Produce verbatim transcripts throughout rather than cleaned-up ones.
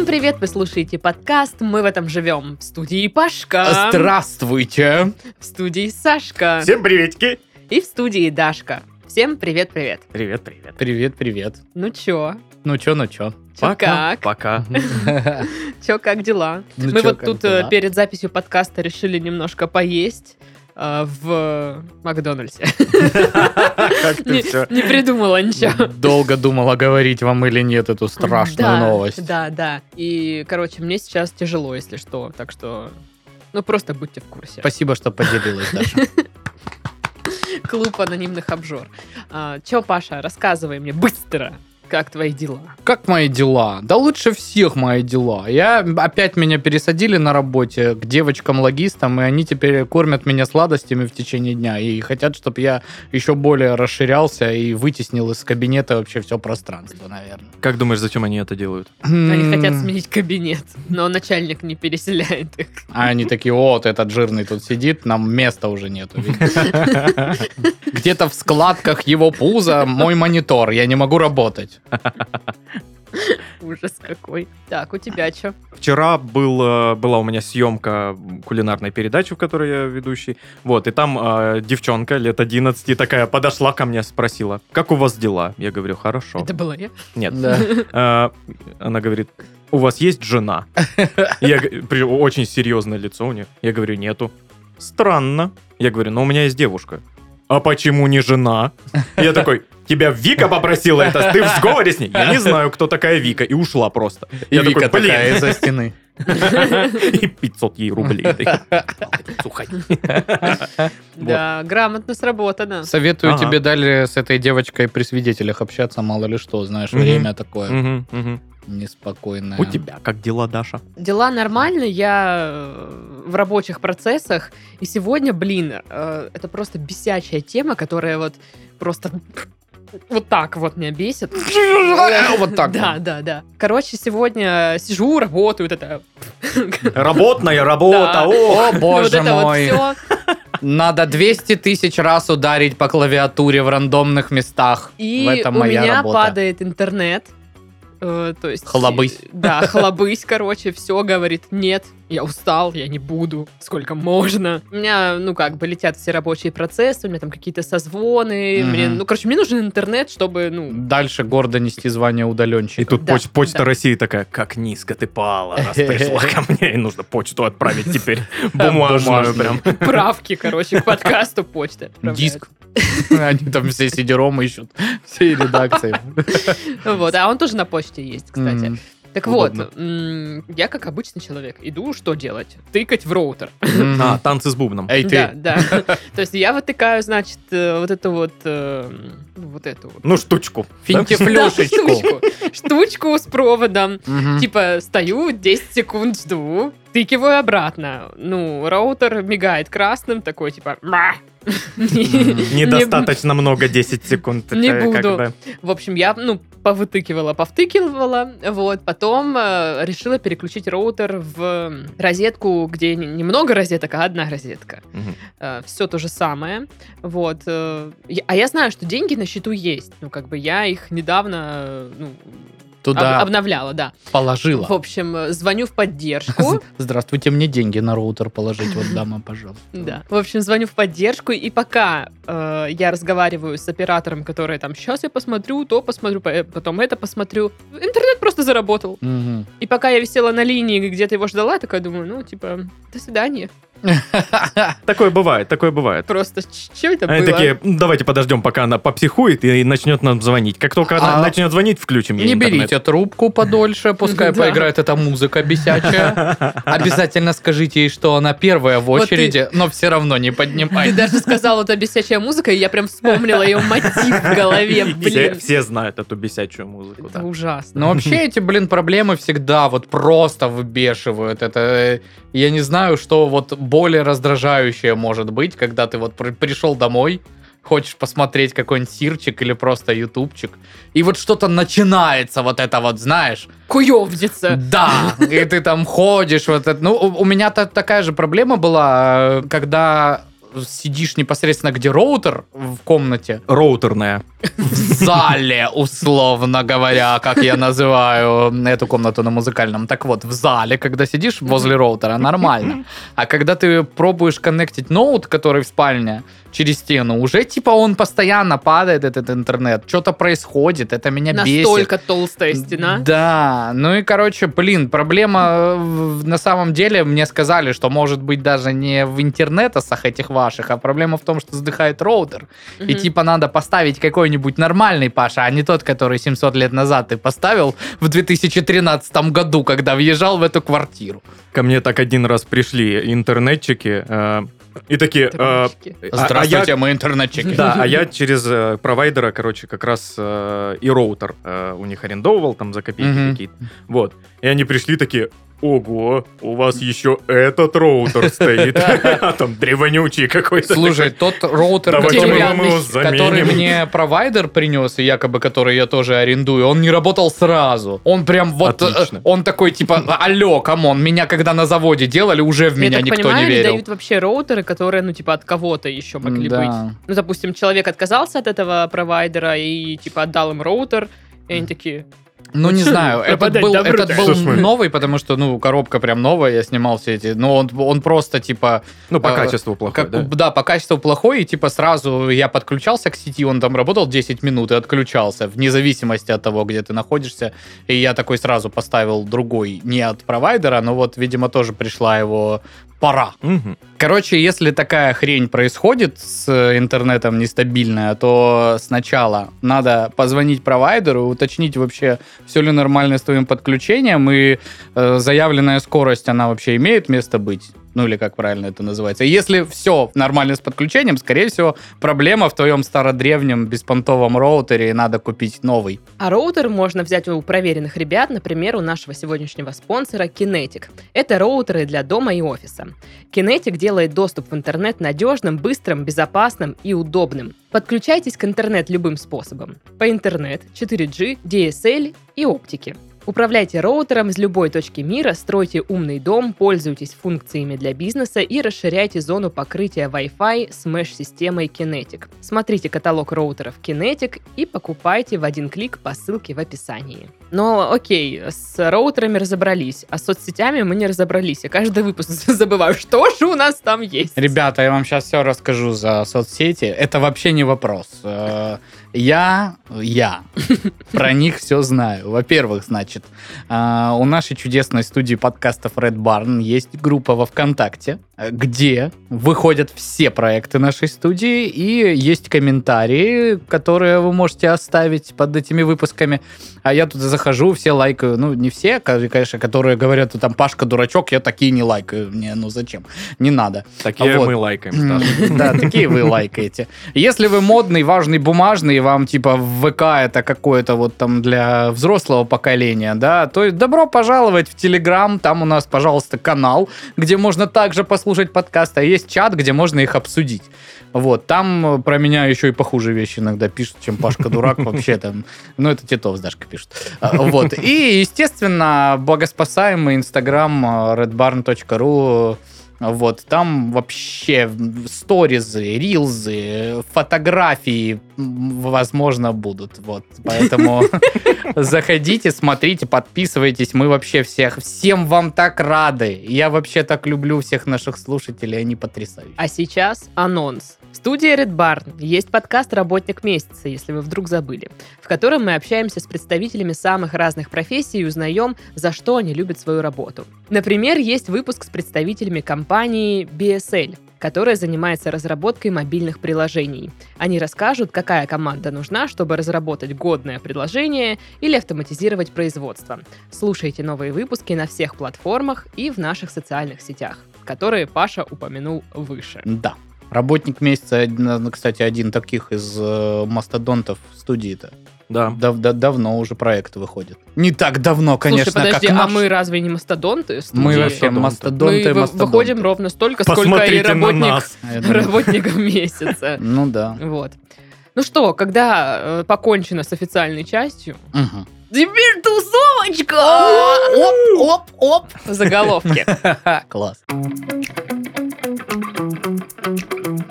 привет, вы слушаете подкаст «Мы в этом живем». В студии Пашка. Здравствуйте. В студии Сашка. Всем приветики. И в студии Дашка. Всем привет-привет. Привет-привет. Привет-привет. Ну чё? Ну чё, ну чё? Чё как? Пока. Чё как дела? Ну Мы чё, вот как тут дела? э, перед записью подкаста решили немножко поесть э, в Макдональдсе. Как ты Не все? не придумала ничего. Долго думала, говорить вам или нет эту страшную Да, новость. Да, да. И, короче, мне сейчас тяжело, если что. Так что, ну, просто будьте в курсе. Спасибо, что поделилась, Даша. Клуб анонимных обжор. А, чё, Паша, рассказывай мне быстро, как твои дела? Как мои дела? Да лучше всех мои дела. Я опять меня пересадили на работе к девочкам-логистам, и они теперь кормят меня сладостями в течение дня и хотят, чтобы я еще более расширялся и вытеснил из кабинета вообще все пространство, наверное. Как думаешь, зачем они это делают? Они хотят сменить кабинет, но начальник не переселяет их. А они такие: вот этот жирный тут сидит, нам места уже нету. Где-то в складках его пуза мой монитор, я не могу работать. Ужас какой. Так, у тебя что? Вчера был, э, была у меня съемка кулинарной передачи, в которой я ведущий. Вот, и там э, девчонка лет одиннадцати такая подошла ко мне, спросила: как у вас дела? Я говорю: хорошо. Это была я? Нет. Да. Э, Она говорит: у вас есть жена? Я г- при- очень серьезное лицо у нее. Я говорю: нету. Странно. Я говорю: но у меня есть девушка. А почему не жена? Я такой: тебя Вика попросила это, ты в сговоре с ней? Я не знаю, кто такая Вика, и ушла просто. И Я Вика такой: такая блин. из-за стены. И пятьсот ей рублей. Молодец, уходи. Да, грамотно сработано. Советую Ага. тебе далее с этой девочкой при свидетелях общаться, мало ли что, знаешь, Мгм. время такое Мгм, мгм. неспокойное. У тебя как дела, Даша? Дела нормально, я э, в рабочих процессах. И сегодня, блин, э, это просто бесячая тема, которая вот просто вот так вот меня бесит. Вот так Да, вот. да, да. Короче, сегодня сижу, работаю, вот это... Работная работа, Да. о! О, боже вот это вот мой. все. Надо двести тысяч раз ударить по клавиатуре в рандомных местах. В И этом у моя меня работа. падает интернет. Э, то есть... Хлобысь. Да, хлобысь, короче, все говорит: нет, я устал, я не буду, сколько можно. У меня, ну, как бы летят все рабочие процессы, у меня там какие-то созвоны. Мгм. Мне, ну, короче, мне нужен интернет, чтобы, ну... Дальше гордо нести звание удаленщика. И тут Да, поч- почта да. России такая: как низко ты пала, раз пришла ко мне, и нужно почту отправить теперь бумажную прям. Правки, короче, к подкасту почты отправляют. Диск. Они там все сидером ищут, всей редакции. Вот, а он тоже на почте есть, кстати. Мгм. Так Удобно. вот, м, я как обычный человек иду, что делать? Тыкать в роутер. Мгм. А, танцы с бубном. Эй, Да, ты. да. То есть я вытыкаю, значит, э, вот эту вот... э, ну, вот эту вот. Ну, штучку. Да, Финтифлюшечку. штучку. Штучку с проводом. Мгм. Типа, стою, десять секунд жду, тыкиваю обратно. Ну, роутер мигает красным, такой, типа... «Ма». Не- Недостаточно много, десять секунд. Не Это как буду. бы- В общем, я, ну, повытыкивала, повтыкивала, вот, потом э, решила переключить роутер в розетку, где не- немного розеток, а одна розетка. Мгм. Все то же самое, вот. э, я- А я знаю, что деньги на счету есть, ну, как бы я их недавно, э, ну, об- Туда обновляла, да. В положила. общем, э, звоню в поддержку. Здравствуйте, мне деньги на роутер положить. Вот, дама, пожалуйста. Да. В общем, звоню в поддержку, и пока э, я разговариваю с оператором, который там: сейчас я посмотрю, то посмотрю, по- потом это посмотрю, интернет просто заработал. Мгм. И пока я висела на линии, где-то его ждала, я такая думаю: ну, типа, до свидания. Такое бывает, такое бывает. Просто что это Они было? такие: «Ну, давайте подождем, пока она попсихует и начнет нам звонить. Как только она А- начнет звонить, включим ей Не интернет». берите трубку подольше, пускай Да. поиграет эта музыка бесячая. Обязательно скажите ей, что она первая в Вот ты- очереди, но все равно не Ты поднимай. даже сказала, это бесячая музыка, и я прям вспомнила ее мотив в голове. Все, Блин, все знают эту бесячую музыку. это да. ужасно. Но вообще эти, блин, проблемы всегда вот просто выбешивают. Это, э, я не знаю, что вот более раздражающее может быть, когда ты вот при- пришел домой, хочешь посмотреть какой-нибудь сирчик или просто ютубчик, и вот что-то начинается вот это вот, знаешь, Куевдится. да, и ты там ходишь, вот это. Ну, у у меня та- такая же проблема была, э, когда сидишь непосредственно где роутер в комнате, Роутерная. в зале, условно говоря, как я называю эту комнату на музыкальном. Так вот, в зале, когда сидишь возле роутера, нормально. А когда ты пробуешь коннектить ноут, который в спальне, через стену, уже типа он постоянно падает, этот интернет. Что-то происходит, это меня бесит. Настолько толстая стена. Да, ну и, короче, блин, проблема в- на самом деле, мне сказали, что может быть даже не в интернетосах этих ваших, а проблема в том, что сдыхает роутер. И Мгм. типа надо поставить какой-нибудь нормальный, Паша, а не тот, который семьсот лет назад ты поставил в две тысячи тринадцатом году, когда въезжал в эту квартиру. Ко мне так один раз пришли интернетчики э, и такие... э, Травочки. а- а Здравствуйте, я- мы интернетчики. Да, а я через э, провайдера, короче, как раз э, и роутер э, у них арендовывал там за копейки Мгм. какие-то. Вот. И они пришли такие: ого, у вас еще этот роутер стоит. А там древонючий какой-то. Слушай, тот роутер, Давайте который, мы вам его заменим. который мне провайдер принес, и якобы который я тоже арендую, он не работал сразу. Он прям вот, Отлично. э, он такой типа, алло, камон, меня когда на заводе делали, уже в Я меня так никто понимаю, не они верил. дают вообще роутеры, которые, ну, типа, от кого-то еще могли Да. быть. Ну, допустим, человек отказался от этого провайдера и, типа, отдал им роутер, и они такие... Ну, не Чё, знаю, этот пропадать был, добру-то? этот был Что ж мы- новый, потому что, ну, коробка прям новая, я снимал все эти, но он, он просто, типа, Ну, по А, качеству плохой, как, да? да, по качеству плохой, и типа сразу я подключался к сети, он там работал десять минут и отключался, вне зависимости от того, где ты находишься. И я такой сразу поставил другой, не от провайдера, но вот, видимо, тоже пришла его пора. Мгм. Короче, если такая хрень происходит с интернетом нестабильная, то сначала надо позвонить провайдеру, уточнить вообще, все ли нормально с твоим подключением, и э, заявленная скорость, она вообще имеет место быть. Ну или как правильно это называется. И если все нормально с подключением, скорее всего, проблема в твоем стародревнем беспонтовом роутере, и надо купить новый. А роутер можно взять у проверенных ребят, например, у нашего сегодняшнего спонсора Kinetic. Это роутеры для дома и офиса. Kinetic делает доступ в интернет надежным, быстрым, безопасным и удобным. Подключайтесь к интернет любым способом. По интернет, четыре джи, ди эс эл и оптике. Управляйте роутером с любой точки мира, стройте умный дом, пользуйтесь функциями для бизнеса и расширяйте зону покрытия Wi-Fi с меш-системой Kinetic. Смотрите каталог роутеров Kinetic и покупайте в один клик по ссылке в описании. Но окей, с роутерами разобрались, а с соцсетями мы не разобрались. Я каждый выпуск забываю, что же у нас там есть. Ребята, я вам сейчас все расскажу за соцсети. Это вообще не вопрос. Э, Я, я про них все знаю. Во-первых, значит, э, у нашей чудесной студии подкастов Red Barn есть группа во ВКонтакте, э, где выходят все проекты нашей студии, и есть комментарии, которые вы можете оставить под этими выпусками. А я туда захожу, все лайкаю. Ну, не все, конечно, которые говорят, там, Пашка дурачок, я такие не лайкаю. Не, ну зачем? Не надо. Такие Вот. мы лайкаем, Стас. Да, такие вы лайкаете. Если вы модный, важный, бумажный, и вам типа в ВК это какое-то вот там для взрослого поколения, да, то добро пожаловать в Телеграм. Там у нас, пожалуйста, канал, где можно также послушать подкасты, а есть чат, где можно их обсудить. Вот, там про меня еще и похуже вещи иногда пишут, чем Пашка Дурак вообще там. Ну, это Титов с Дашкой пишут. А, Вот. И, естественно, богоспасаемый инстаграм red barn точка ру. Вот, там вообще сторизы, рилзы, фотографии, м, возможно, будут. Вот, поэтому заходите, смотрите, подписывайтесь. Мы вообще всех, всем вам так рады. Я вообще так люблю всех наших слушателей, они потрясающие. А сейчас анонс. В студии Red Barn есть подкаст «Работник месяца», если вы вдруг забыли, в котором мы общаемся с представителями самых разных профессий и узнаем, за что они любят свою работу. Например, есть выпуск с представителями компании би эс эл, которая занимается разработкой мобильных приложений. Они расскажут, какая команда нужна, чтобы разработать годное приложение или автоматизировать производство. Слушайте новые выпуски на всех платформах и в наших социальных сетях, которые Паша упомянул выше. Да. Работник месяца, один, кстати, один таких из э, мастодонтов студии-то. Да. Дав- да- давно уже проект выходит. Не так давно, конечно, Слушай, подожди, как а наш. мы разве не мастодонты? студии? Мы вообще Мастодонты. мастодонты, Мы вы- мастодонты. выходим ровно столько, сколько и Посмотрите на работник, нас. Я думаю, работников месяца. Ну да. Вот. Ну что, когда э, покончено с официальной частью, Мгм. теперь тусовочка! Оп, оп, оп. Заголовки. Класс.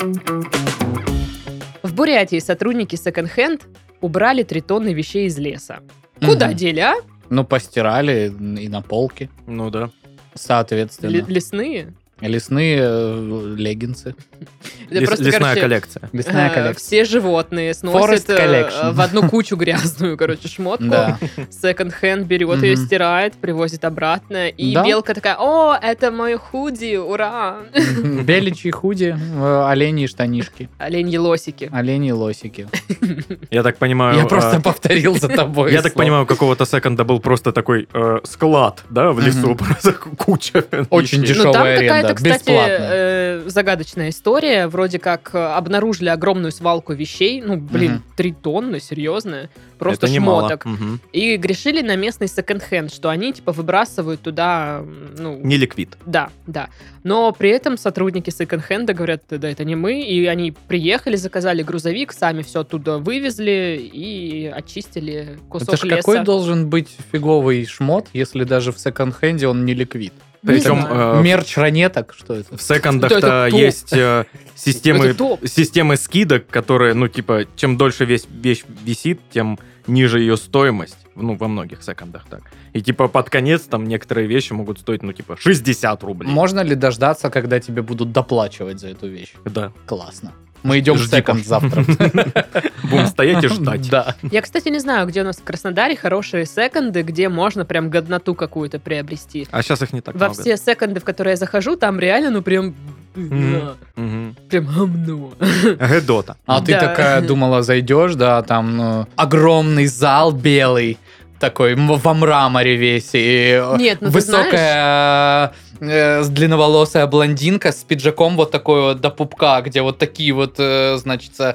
Бурятии сотрудники секонд-хенд убрали три тонны вещей из леса. Куда Мгм. дели, а? Ну, постирали и на полке, Ну да. соответственно. Ле- Лесные? Лесные э, леггинсы. Это Лес- просто, лесная короче, коллекция. Лесная э, коллекция. Все животные Forest сносят э, collection. в одну кучу грязную, короче, шмотку. Да. Секонд-хенд берет ее, Мгм. стирает, привозит обратно. И Да. белка такая: о, это мой худи, ура! Беличьи худи, э, оленьи штанишки, Оленьи лосики. оленьи лосики. Я так понимаю... Я а, просто повторил за тобой. Я так слово. понимаю, у какого-то секонда был просто такой э, склад, да, в лесу, Мгм. просто куча Очень вещей. дешевая Ну, там аренда, какая-то, кстати, бесплатная. э, загадочная история. Вроде как э, обнаружили огромную свалку вещей. Ну, блин, Мгм. три тонны, серьезно. Просто Это немало. шмоток. Мгм. И грешили на местный секонд-хенд, что они, типа, выбрасывают туда, м, ну... Не ликвид. Да, да. Но при этом сотрудники секонд-хенда говорят: да, это не мы. И они приехали, заказали грузовик, сами все оттуда вывезли и очистили кусок Это ж леса. какой должен быть фиговый шмот, если даже в секонд-хенде он не ликвид? Не Причем, знаю. э, Мерч ранеток, что это? В секондах-то Это топ. есть э, системы, Это топ. системы скидок, которые, ну, типа, чем дольше весь вещь висит, тем ниже ее стоимость. Ну, во многих секондах так. И, типа, под конец там некоторые вещи могут стоить, ну, типа, шестьдесят рублей. Можно ли дождаться, когда тебе будут доплачивать за эту вещь? Да. Классно. Мы идем в Жди, секонд Паш. завтра. Будем стоять и ждать. Да. Я, кстати, не знаю, где у нас в Краснодаре хорошие секонды, где можно прям годноту какую-то приобрести. А сейчас их не так Во много. все секонды, в которые я захожу, там реально, ну, прям... Мгм. Мгм. Прям гамно. Гедота. А ты Да. такая думала, зайдешь, да, там ну, огромный зал белый, такой м- во мраморе весь, и э, Нет, ну ты высокая э, с- длинноволосая блондинка с пиджаком вот такой вот до пупка, где вот такие вот, э, значит, э,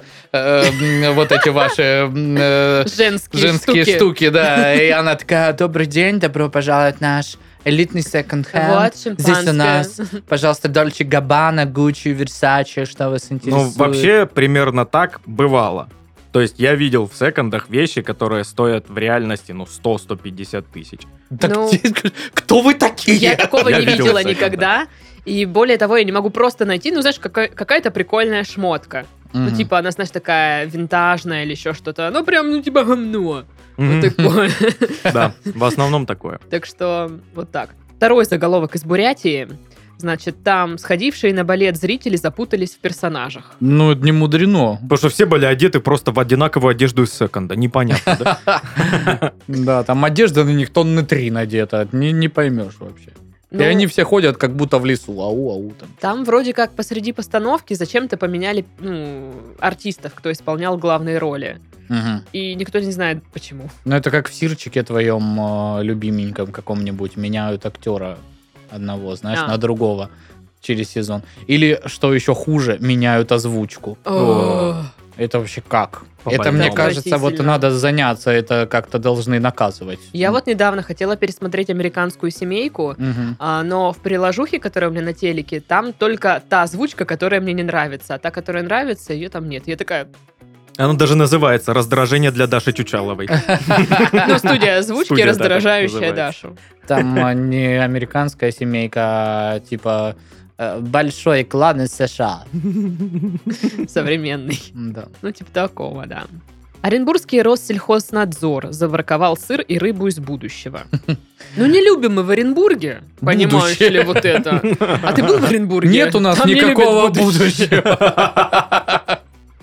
м, вот эти ваши м, э, Женские, женские штуки. штуки, да, и она такая: добрый день, добро пожаловать в наш элитный секонд-хенд. Вот, Здесь у шимпанское. нас, пожалуйста, Дольче Габбана, Гуччи, Версаче, что вас Ну, интересует? вообще, примерно так бывало. То есть я видел в секондах вещи, которые стоят в реальности, ну, сто-сто пятьдесят тысяч. Так Ну, те- кто вы такие? Я такого Я не видел видела секонд, никогда. И более того, я не могу просто найти, ну, знаешь, какая- какая-то прикольная шмотка. Ну, Мгм. типа, она, знаешь, такая винтажная или еще что-то. Ну, прям, ну, типа, гамно. Мгм. Вот такое. Да, в основном такое. Так что, вот так. Второй заголовок из Бурятии. Значит, там сходившие на балет зрители запутались в персонажах. Ну, это не мудрено. Потому что все были одеты просто в одинаковую одежду из секонда. Непонятно, да? Да, там одежда на них тонны три надета. Не, не поймешь вообще. И Ну, они все ходят как будто в лесу. Ау-ау там. Там вроде как посреди постановки зачем-то поменяли ну, артистов, кто исполнял главные роли. Мгм. И никто не знает, почему. Ну, это как в Сирчике твоем э, любименьком каком-нибудь меняют актера одного, знаешь, А. на другого через сезон. Или, что еще хуже, меняют озвучку. О, Это вообще как? По-больному. Это, мне Это кажется, вот отвратительно. надо заняться, это как-то должны наказывать. Я вот недавно хотела пересмотреть «Американскую семейку», Мгм. а, но в приложухе, которая у меня на телеке, там только та озвучка, которая мне не нравится, а та, которая нравится, ее там нет. Я такая, Оно даже называется «Раздражение для Даши Чучаловой». ну, студия озвучки, Студия, да, так раздражающая называется. Дашу. Там а, не американская семейка, а типа э, большой клан из США. Современный. Да. Ну, типа такого, да. Оренбургский Россельхознадзор заворковал сыр и рыбу из будущего. Ну, не любим мы в Оренбурге, понимаешь Будущее. ли, вот это. А ты был в Оренбурге? Нет у нас Там не любят никакого будущее. будущего.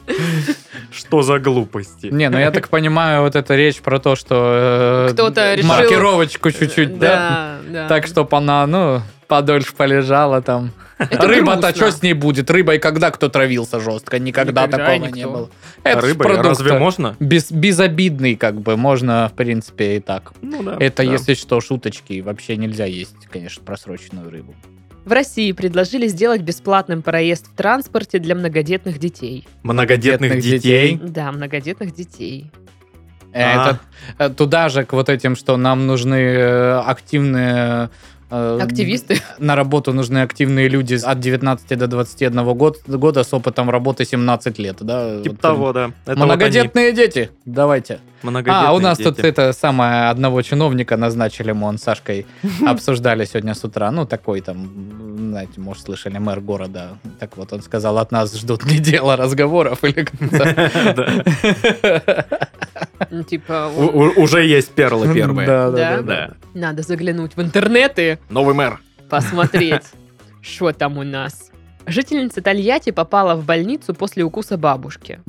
Что за глупости? Не, ну я так понимаю, вот эта речь про то, что э, Кто-то решил- маркировочку чуть-чуть, да? Да, да. Так, чтобы она, ну, подольше полежала там. Это Рыба-то грустно. что с ней будет? Рыбой когда кто травился жестко? Никогда Никогда такого никто. не было. А Это ж рыбой продукт, разве э, можно? без- безобидный, как бы, можно, в принципе, и так. Ну да. Это, да. если что, шуточки. Вообще нельзя есть, конечно, просроченную рыбу. В России предложили сделать бесплатным проезд в транспорте для многодетных детей. Многодетных Многодетных детей. детей. Да, многодетных детей. Э, А. Это э, туда же к вот этим, что нам нужны э, активные Э, Активисты. На работу нужны активные люди от девятнадцати до двадцати одного год- года с опытом работы семнадцать лет, да? Типа Вот, того, да. Это вот многодетные дети, давайте. они, многодетные А, у нас дети. тут это самое, одного чиновника назначили, мы он с Сашкой обсуждали сегодня с утра. Ну, такой там, знаете, может, слышали, мэр города. Так вот, он сказал, от нас ждут не дела разговоров или как-то. Да. Ну, Типа, У- у- Уже есть перлы первые. Да, Да? да, да. Да. надо заглянуть в интернет и Новый мэр. посмотреть, что там у нас. Жительница Тольятти попала в больницу после укуса бабушки.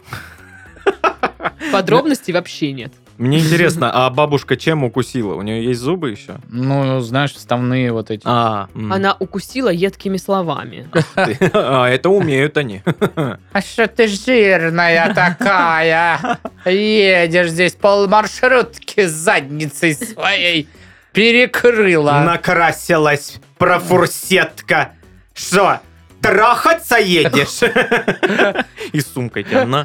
Подробностей вообще нет. Мне интересно, а бабушка чем укусила? У нее есть зубы еще? Ну, знаешь, вставные вот эти. А, м. Она укусила едкими словами. А, это умеют они. А что ты жирная такая? Едешь здесь полмаршрутки с задницей своей перекрыла. Накрасилась профурсетка. Что, трахаться едешь? И с сумкой тебя на.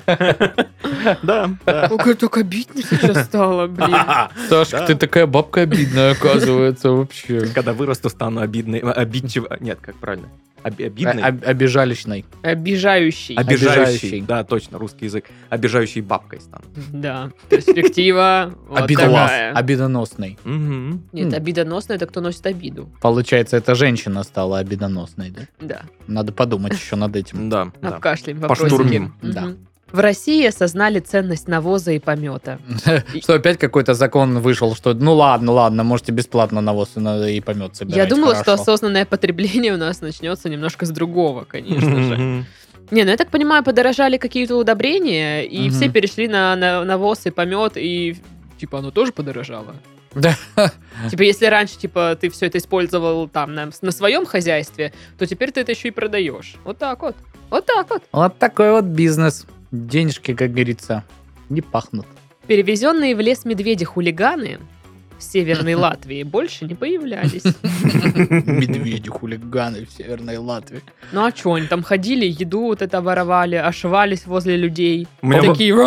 Да, да. Ой, так обидно сейчас стало, блин. Сашка, Да. ты такая бабка обидная, оказывается, вообще. Когда вырасту, стану обидной, обидчив... Нет, как правильно? Оби- Обидной? Об- Обижалищной. Обижающий. Обижающий. обижающий. Да, точно, русский язык. Обижающей бабкой стану. Да, перспектива вот Обидонос- такая. Обидоносной. Мгм. Нет, М. обидоносный — это кто носит обиду. Получается, эта женщина стала обидоносной, да? Да, Надо подумать еще над этим. Да, да. обкашляем вопросики. Поштурмим. Мгм. Да. В России осознали ценность навоза и помета. Что опять какой-то закон вышел, что ну ладно, ладно, можете бесплатно навоз и на- и помет собирать. Я думала, что хорошо. осознанное потребление у нас начнется немножко с другого, конечно же. Мгм. Не, ну я так понимаю, подорожали какие-то удобрения, и Мгм. все перешли на, на навоз и помет, и типа оно тоже подорожало. Да. Типа, если раньше, типа, ты все это использовал там на, на своем хозяйстве, то теперь ты это еще и продаешь. Вот так вот. Вот так вот. Вот такой вот бизнес. Денежки, как говорится, не пахнут. Перевезенные в лес медведи-хулиганы в Северной Латвии больше не появлялись. Медведи, хулиганы в Северной Латвии. Ну а что, они там ходили, еду вот это воровали, ошивались возле людей. У меня был- Такие...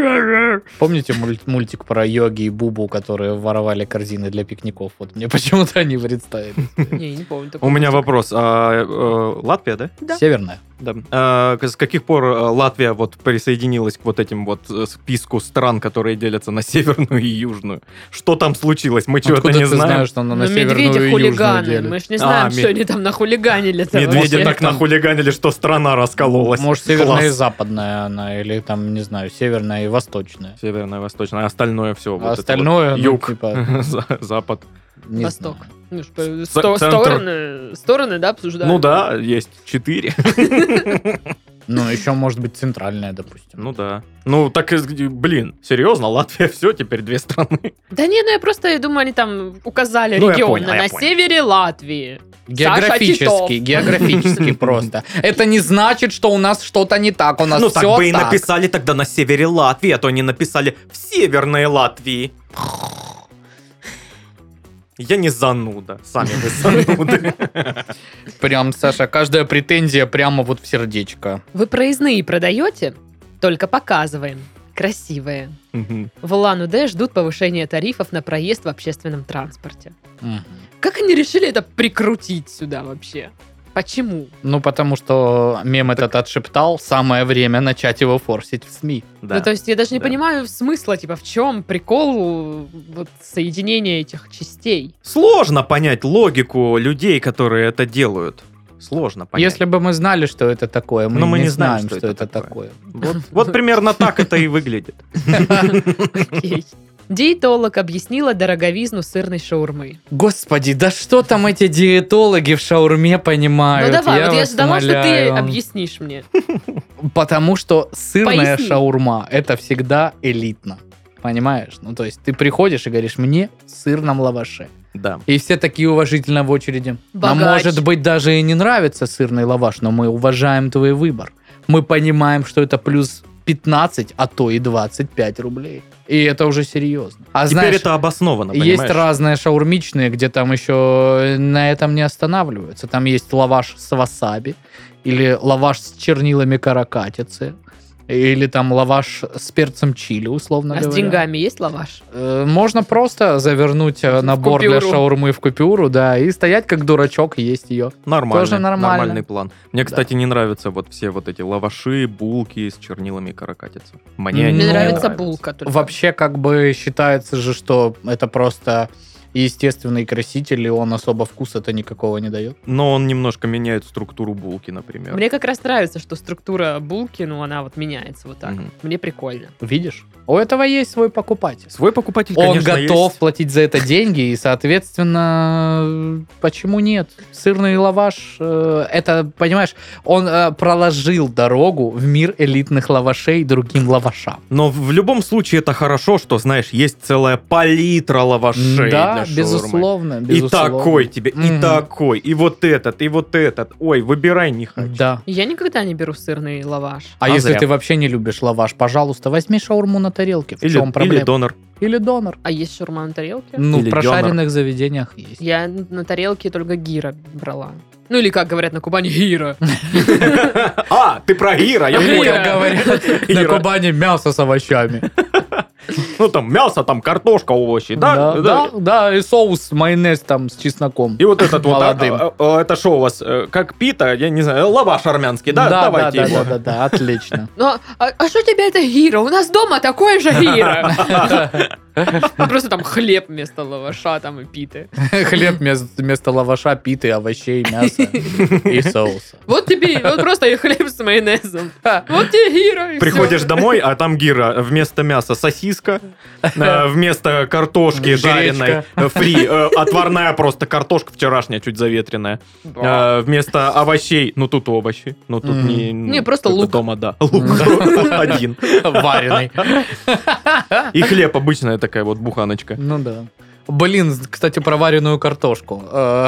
Помните муль- мультик про Йоги и Бубу, которые воровали корзины для пикников? Вот мне почему-то они представили. Не, не помню. такого У меня мультика. вопрос. А, э, Латвия, да? Да. Северная. Да. А, с каких пор э, Латвия вот присоединилась к вот этим вот э, списку стран, которые делятся на северную и южную? Что там случилось? Мы чего-то Откуда не ты знаем. знаешь, что она на Ну, северную и южную медведи-хулиганы. делит? Мы ж не знаем, А, что мед- они там нахулиганили-то Медведи вообще. так нахулиганили, что страна раскололась. Может, северная и Класс. западная она, или там, не знаю, северная и восточная. Северная, восточная, а остальное все. А остальное, ну, юг, типа, за- запад. не Восток. знаю. Ну, что, Ц- сто- центр. стороны, стороны, да, обсуждаем? Ну да, есть четыре. Ну, еще может быть центральная, допустим. Ну да. Ну так, и, блин, серьезно, Латвия все, теперь две страны. Да не, ну я просто я думаю, они там указали Ну, я регион понял, на я понял. севере Латвии. Саша Географически, Титов. географически просто. Это не значит, что у нас что-то не так. У нас Ну все так бы и так. написали тогда на севере Латвии, а то они написали в северной Латвии. Я не зануда, сами вы зануды. Прям, Саша, каждая претензия прямо вот в сердечко. Вы проездные продаете? Только показываем. Красивые. Мгм. В Улан-Удэ ждут повышения тарифов на проезд в общественном транспорте. Мгм. Как они решили это прикрутить сюда вообще? Почему? Ну, потому что мем этот отшептал, самое время начать его форсить в СМИ. Да. Ну, то есть я даже не Да. понимаю смысла, типа, в чем прикол вот соединения этих частей. Сложно понять логику людей, которые это делают. Сложно понять. Если бы мы знали, что это такое, мы, Но мы не, не знаем, знаем, что что, это это такое. Вот, вот примерно так это и выглядит. Окей. Диетолог объяснила дороговизну сырной шаурмы. Господи, да что там эти диетологи в шаурме понимают? Ну давай, вот я вас ждала, что ты умоляю. объяснишь мне. Потому что сырная Поясни. шаурма это всегда элитно. Понимаешь? Ну, то есть ты приходишь и говоришь, мне в сырном лаваше. Да. И все такие уважительно в очереди. Нам, Богач. может быть, даже и не нравится сырный лаваш, но мы уважаем твой выбор. Мы понимаем, что это плюс пятнадцать, а то и двадцать пять рублей. И это уже серьезно. А Теперь знаешь, это обосновано, есть понимаешь? разные шаурмичные, где там еще на этом не останавливаются. Там есть лаваш с васаби или лаваш с чернилами каракатицы. Или там лаваш с перцем чили, условно А говоря. с деньгами есть лаваш? Э, Можно просто завернуть э, набор для купюру. шаурмы в купюру, да, и стоять как дурачок и есть ее. Нормальный, Тоже нормально. нормальный план. Мне, Да. кстати, не нравятся вот все вот эти лаваши, булки с чернилами каракатицы. Мне, Мне они Мне не нравится нравятся. булка только. Вообще, как бы считается же, что это просто естественный краситель, и он особо вкуса-то никакого не дает. Но он немножко меняет структуру булки, например. Мне как раз нравится, что структура булки, ну, она вот меняется вот так. Мгм. Мне прикольно. Видишь? У этого есть свой покупатель. Свой покупатель, Он конечно, готов есть. платить за это деньги, и, соответственно, почему нет? Сырный лаваш, э, это, понимаешь, он э, проложил дорогу в мир элитных лавашей другим лавашам. Но в любом случае это хорошо, что, знаешь, есть целая палитра лавашей Да, для шаурмы. безусловно, И безусловно. такой тебе, и Мгм. такой, и вот этот, и вот этот. Ой, выбирай, не хочу. Да. Я никогда не беру сырный лаваш. А, А если зря. ты вообще не любишь лаваш, пожалуйста, возьми шаурму на тарелке. В Или, чем проблема? или донор. Или донор. А есть шаурма на тарелке? Ну, Или в прошаренных заведениях есть. Я на тарелке только гира брала. Ну или как говорят на Кубани, гира. А, ты про Гира, я Гира. понял. Как говорят на Гира. Кубани, мясо с овощами. Ну там мясо, там картошка, овощи, да? Да, да, да, и соус, майонез там с чесноком. И вот этот вот, а, Молодым. а, а, это что у вас, э, как пита, я не знаю, лаваш армянский, да? да, Давайте да, его. да, да, да, отлично. Ну, а что тебе это гира? У нас дома такое же гира. Ну, просто там хлеб вместо лаваша там и питы. Хлеб вместо вместо лаваша, питы, овощей, мяса и соуса. Вот тебе, вот просто и хлеб с майонезом. Вот тебе гира. и Приходишь всё. домой, а там Гира, вместо мяса сосиска, э, вместо картошки Гречка. жареной, э, фри, э, отварная просто картошка вчерашняя, чуть заветренная. Да. Э, Вместо овощей, ну тут овощи, ну тут Мгм. не... ну, Не, просто это лук. дома, да. Лук один. Вареный. И хлеб, обычная такая вот буханочка. Ну да. Блин, кстати, про вареную картошку. Э,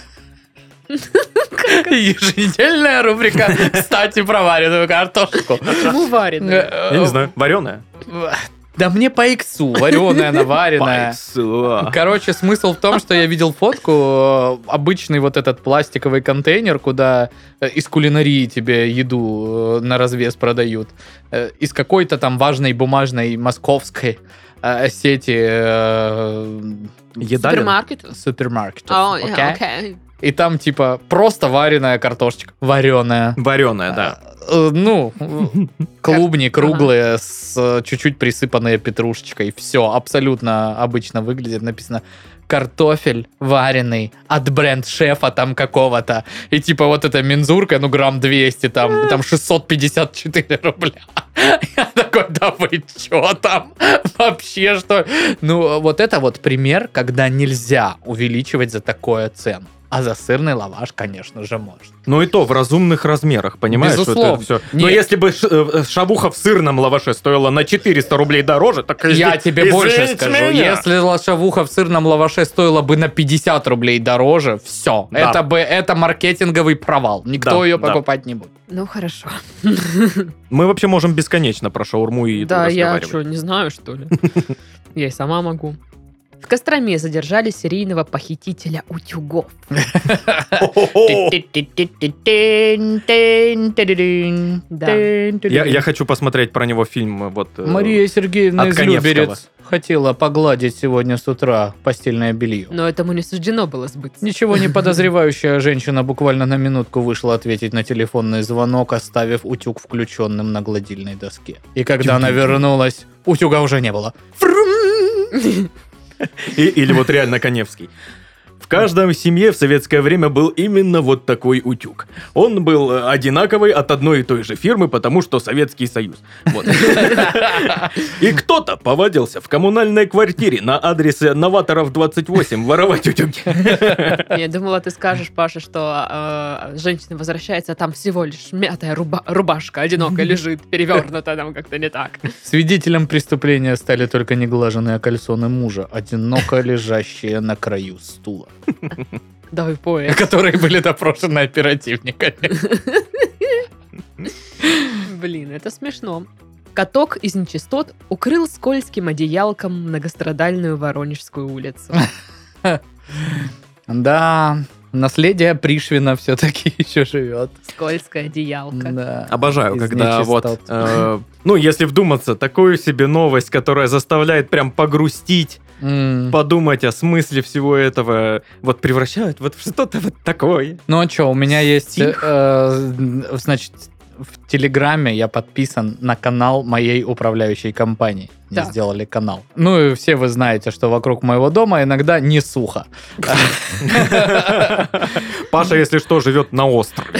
Еженедельная рубрика «Кстати, про вареную картошку». Почему вареная? Я не знаю, вареная? Да мне по иксу, вареная, она вареная. Пайсла. Короче, смысл в том, что я видел фотку, э, обычный вот этот пластиковый контейнер, куда э, из кулинарии тебе еду э, на развес продают, э, из какой-то там важной бумажной московской э, сети э, Едалин? Супермаркет? супермаркетов. О, окей? я- окей. И там типа просто вареная картошечка, вареная. Вареная, да. Э, Ну, клубни круглые с э, чуть-чуть присыпанные петрушечкой. Все, абсолютно обычно выглядит. Написано картофель вареный от бренд-шефа там какого-то. И типа вот эта мензурка, ну грамм двести, там, там шестьсот пятьдесят четыре рубля. Я такой, да вы чё там? Вообще что? Ну, вот это вот пример, когда нельзя увеличивать за такое цену. А за сырный лаваш, конечно же, можно. Ну и то в разумных размерах, понимаешь? что Безусловно. это всё. Но Нет. если бы ш- э, шавуха в сырном лаваше стоила на четыреста рублей дороже, так Я изв- тебе больше извините скажу. меня. Если лошавуха в сырном лаваше стоила бы на пятьдесят рублей дороже, все. Да. Это бы это маркетинговый провал. Никто Да, ее да. покупать не будет. Ну, хорошо. Мы вообще можем бесконечно про шаурму и еду Да, я разговаривать. что, не знаю, что ли? Я и сама могу. В Костроме задержали серийного похитителя утюгов. Да. Я, я хочу посмотреть про него фильм. Вот, э, Мария Сергеевна от из Каневского. Люберец хотела погладить сегодня с утра постельное белье. Но этому не суждено было сбыться. Ничего не подозревающая женщина буквально на минутку вышла ответить на телефонный звонок, оставив утюг включенным на гладильной доске. И когда она вернулась, утюга уже не было. И- или вот реально Каневский. В каждой семье в советское время был именно вот такой утюг. Он был э, одинаковый от одной и той же фирмы, потому что Советский Союз. Вот. И кто-то повадился в коммунальной квартире на адресе Новаторов двадцать восемь воровать утюги. Я думала, ты скажешь, Паша, что э, женщина возвращается, а там всего лишь мятая руба- рубашка одинокая лежит, перевернута там как-то не так. Свидетелем преступления стали только неглаженные кальсоны мужа, одиноко лежащие на краю стула, Давай поэт. которые были допрошены оперативниками. Блин, это смешно. Каток из нечистот укрыл скользким одеялком многострадальную Воронежскую улицу. Да, Наследие Пришвина все-таки еще живет. Скользкая одеялка. Да. Обожаю, Из когда нечистот. вот, э, ну, если вдуматься, такую себе новость, которая заставляет прям погрустить, М. подумать о смысле всего этого, вот превращают вот в что-то вот такое. Ну а что, у меня есть, Стих. э, значит, в Телеграме я подписан на канал моей управляющей компании. Мне Так. сделали канал. Ну и все вы знаете, что вокруг моего дома иногда не сухо. Паша, если что, живет на острове.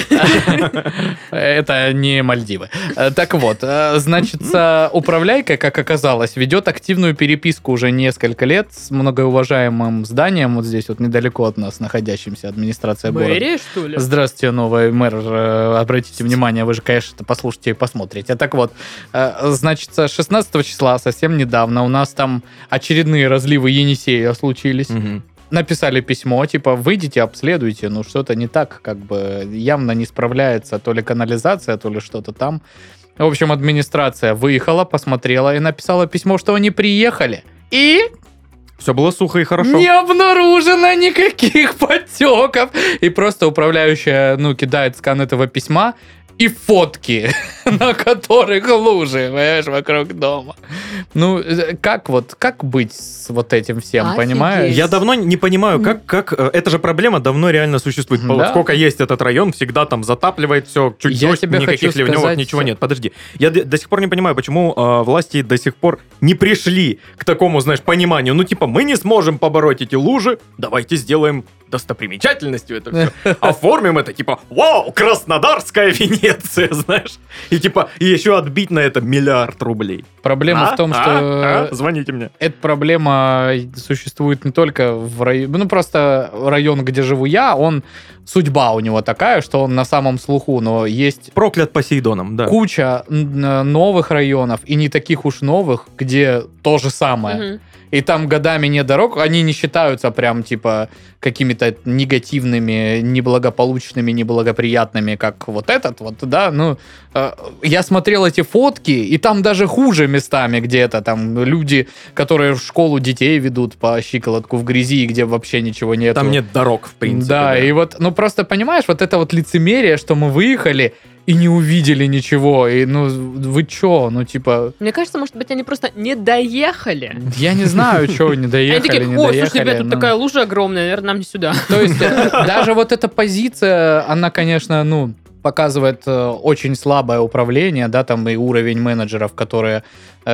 Это не Мальдивы. Э, Так вот, э, значит, э, управляйка, как оказалось, ведет активную переписку уже несколько лет с многоуважаемым зданием, вот здесь вот недалеко от нас находящимся, администрация города. Мэрия, что ли? Здравствуйте, новый мэр. э, Обратите внимание, вы же, конечно, это послушайте и посмотрите. Так вот, э, значит, шестнадцатого числа, совсем недавно, у нас там очередные разливы Енисея случились. Мгм. Написали письмо, типа, выйдите, обследуйте, ну что-то не так, как бы явно не справляется то ли канализация, то ли что-то там. В общем, администрация выехала, посмотрела и написала письмо, что они приехали. И Все было сухо и хорошо. не обнаружено никаких подтеков. И просто управляющая, ну, кидает скан этого письма и фотки, на которых лужи, понимаешь, вокруг дома. Ну, э, как вот, как быть с вот этим всем, Офигеть. понимаешь? Я давно не понимаю, как, как... э, Эта же проблема давно реально существует. Да. Вот сколько есть этот район, всегда там затапливает все, чуть Я дождь, тебе никаких хочу ливневок, сказать, ничего что- нет. Подожди. Я до, до сих пор не понимаю, почему э, власти до сих пор не пришли к такому, знаешь, пониманию. Ну, типа, мы не сможем побороть эти лужи, давайте сделаем достопримечательностью это все. Оформим это, типа, вау, Краснодарская Венеция, знаешь. И типа, и еще отбить на это миллиард рублей. Проблема А? в том, А? что А? Звоните мне. эта проблема существует не только в районе... Ну, просто район, где живу я, он... Судьба у него такая, что он на самом слуху, но есть Проклят Посейдоном, да. куча н- новых районов, и не таких уж новых, где то же самое. Мгм. И там годами нет дорог, они не считаются прям, типа, какими-то негативными, неблагополучными, неблагоприятными, как вот этот вот, да, ну, э, я смотрел эти фотки, и там даже хуже местами где-то, там люди, которые в школу детей ведут по щиколотку в грязи, где вообще ничего нет. Там нет дорог, в принципе. Да, и вот, ну, просто, понимаешь, вот это вот лицемерие, что мы выехали и не увидели ничего, и, ну, вы чё, ну, типа... Мне кажется, может быть, они просто не доехали. Я не знаю, что не доехали, Они такие, не ой, доехали. слушай, ребят, тут ну». такая лужа огромная, наверное, нам не сюда. То есть э, даже вот эта позиция, она, конечно, ну, показывает э, очень слабое управление, да, там и уровень менеджеров, которые,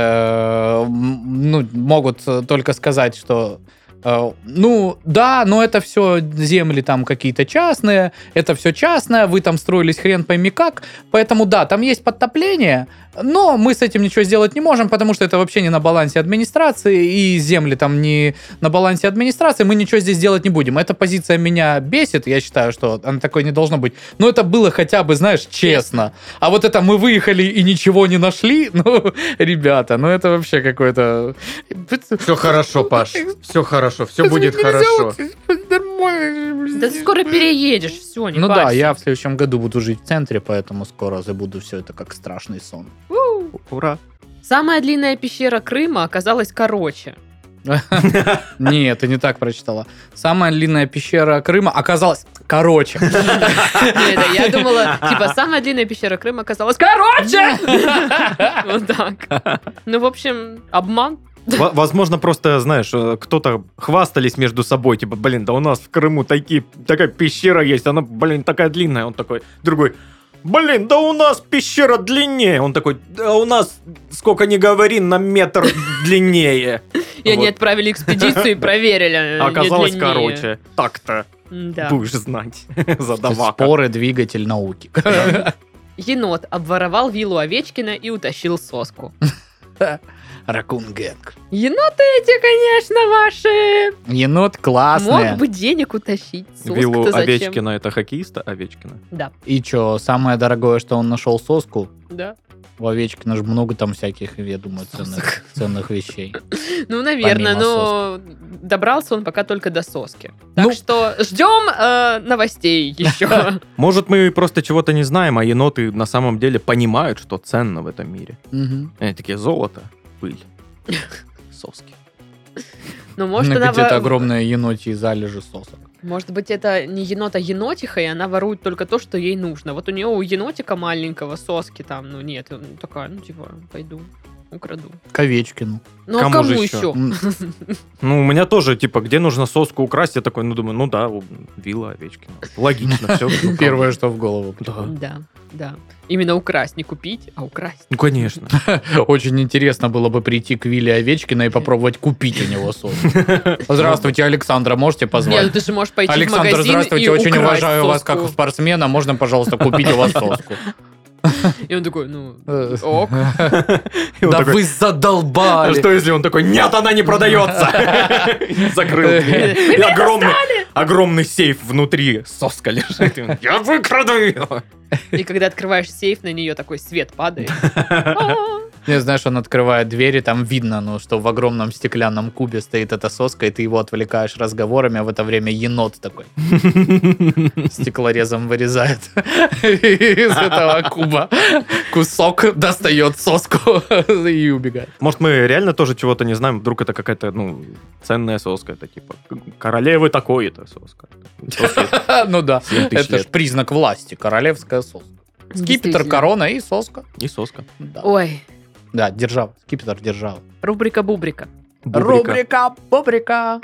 э, м, ну, могут только сказать, что э, ну, да, но это все земли там какие-то частные, это все частное, вы там строились хрен пойми как, поэтому да, там есть подтопление, но мы с этим ничего сделать не можем, потому что это вообще не на балансе администрации, и земли там не на балансе администрации, мы ничего здесь делать не будем. Эта позиция меня бесит, я считаю, что она такой не должно быть. Но это было хотя бы, знаешь, честно. А вот это мы выехали и ничего не нашли, ну, ребята, ну это вообще какое-то... Все хорошо, Паш. Все хорошо, все будет хорошо. Да ты скоро переедешь, все, не Ну да, парься. я в следующем году буду жить в центре, поэтому скоро забуду все это как страшный сон. Ура. Самая длинная пещера Крыма оказалась короче. Нет, ты не так прочитала. Самая длинная пещера Крыма оказалась короче. Нет, я думала, типа, самая длинная пещера Крыма оказалась короче! Вот так. Ну, в общем, обман. В- Возможно, просто, знаешь, э, кто-то хвастались между собой, типа, блин, да у нас в Крыму такие, такая пещера есть, она, блин, такая длинная. Он такой, другой, блин, да у нас пещера длиннее. Он такой, да у нас, сколько ни говори, на метр длиннее. И они Вот. отправили экспедицию и проверили. А Оказалось, не длиннее. короче, так-то Да. будешь знать, задавака. Споры, двигатель науки. Енот обворовал виллу Овечкина и утащил соску. Ракун Гэнг. Еноты эти, конечно, ваши. Енот классный. Мог бы денег утащить. Виллу Соску-то зачем? Овечкина, это хоккеиста Овечкина? Да, И чё, самое дорогое, что он нашел соску? да. У Овечкина же много там всяких, я думаю, ценных, ценных вещей. Ну, наверное, Помимо но добрался он пока только до соски. Так Ну. что ждем э, новостей еще. Может, мы просто чего-то не знаем, а еноты на самом деле понимают, что ценно в этом мире. Мгм. Они такие, золото, пыль, соски. Ну, может, Ну, она где-то во- огромные енотьи залежи сосок. Может быть, это не енот, а енотиха, и она ворует только то, что ей нужно. Вот у нее у енотика маленького соски там, ну нет, ну, такая, ну типа, пойду, украду. К Овечкину. Ну а Кому кому же еще? еще? Ну, у меня тоже, типа, где нужно соску украсть, я такой, ну, думаю, ну да, вилла Овечкина. Логично, все. Первое, что в голову. Да. Да, да. Именно украсть, не купить, а украсть. Ну, конечно. Очень интересно было бы прийти к Вилле Овечкина и попробовать купить у него соску. Здравствуйте, Александра, можете Нет, позвать? ну ты же можешь пойти в Александр, магазин здравствуйте, и очень украсть уважаю вас соску. как спортсмена. Можно, пожалуйста, купить у вас соску? И он такой, ну, Э. ок. И он Да такой, вы а задолбали! что если он такой, нет, она не продается? Закрыл дверь. И огромный, огромный сейф внутри, соска лежит. И он, я выкраду ее. И когда открываешь сейф, на нее такой свет падает. А, Не, знаешь, он открывает двери, там видно, ну, что в огромном стеклянном кубе стоит эта соска, и ты его отвлекаешь разговорами, а в это время енот такой стеклорезом вырезает из этого куба кусок, достает соску и убегает. Может, мы реально тоже чего-то не знаем, вдруг это какая-то, ну, ценная соска, это типа королевы такой-то соска. Соски Ну да, семь тысяч это ж лет. признак власти, королевская соска. Скипетр, действительно. корона и соска. И соска. Да, Ой, Да, держава, скипетр, держава. рубрика-бубрика. Бубрика. Рубрика, бубрика.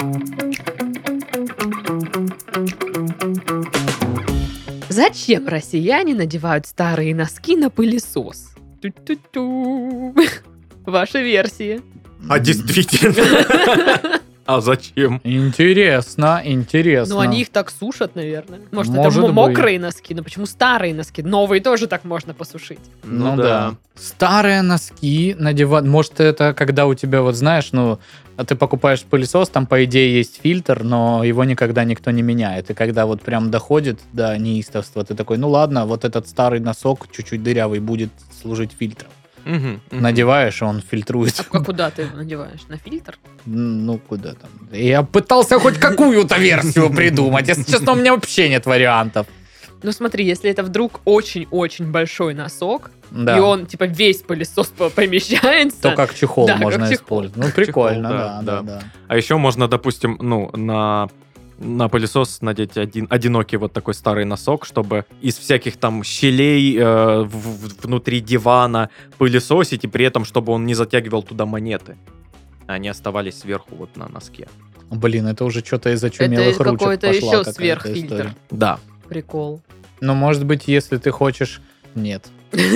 Зачем россияне надевают старые носки на пылесос? Ту-ту-ту. Ваши версии. А действительно? А зачем? Интересно, интересно. Ну, они их так сушат, наверное. Может, Может это м- быть. мокрые носки, но почему старые носки? Новые тоже так можно посушить. Ну, да. Старые носки надевать. Может, это когда у тебя, вот знаешь, ну, а ты покупаешь пылесос, там, по идее, есть фильтр, но его никогда никто не меняет. И когда вот прям доходит до неистовства, ты такой, ну ладно, вот этот старый носок, чуть-чуть дырявый, будет служить фильтром. Мгм, мгм. Надеваешь, и он фильтрует. А куда ты его надеваешь? На фильтр? Ну, куда там? Я пытался хоть какую-то версию придумать. Если честно, у меня вообще нет вариантов. Ну, смотри, если это вдруг очень-очень большой носок, Да. и он, типа, весь пылесос по- помещается, То как чехол Да, как можно чехол. использовать. Ну, прикольно, Чехол, да, да, да, да. да. А еще можно, допустим, ну, на, на пылесос надеть один, одинокий вот такой старый носок, чтобы из всяких там щелей э, в- в- внутри дивана пылесосить, и при этом, чтобы он не затягивал туда монеты. Они оставались сверху вот на носке. Блин, это уже что-то из очумелых Это ручек какой-то пошла еще какая-то сверхфильтр. история. Да, Прикол. Но, может быть, если ты хочешь... Нет.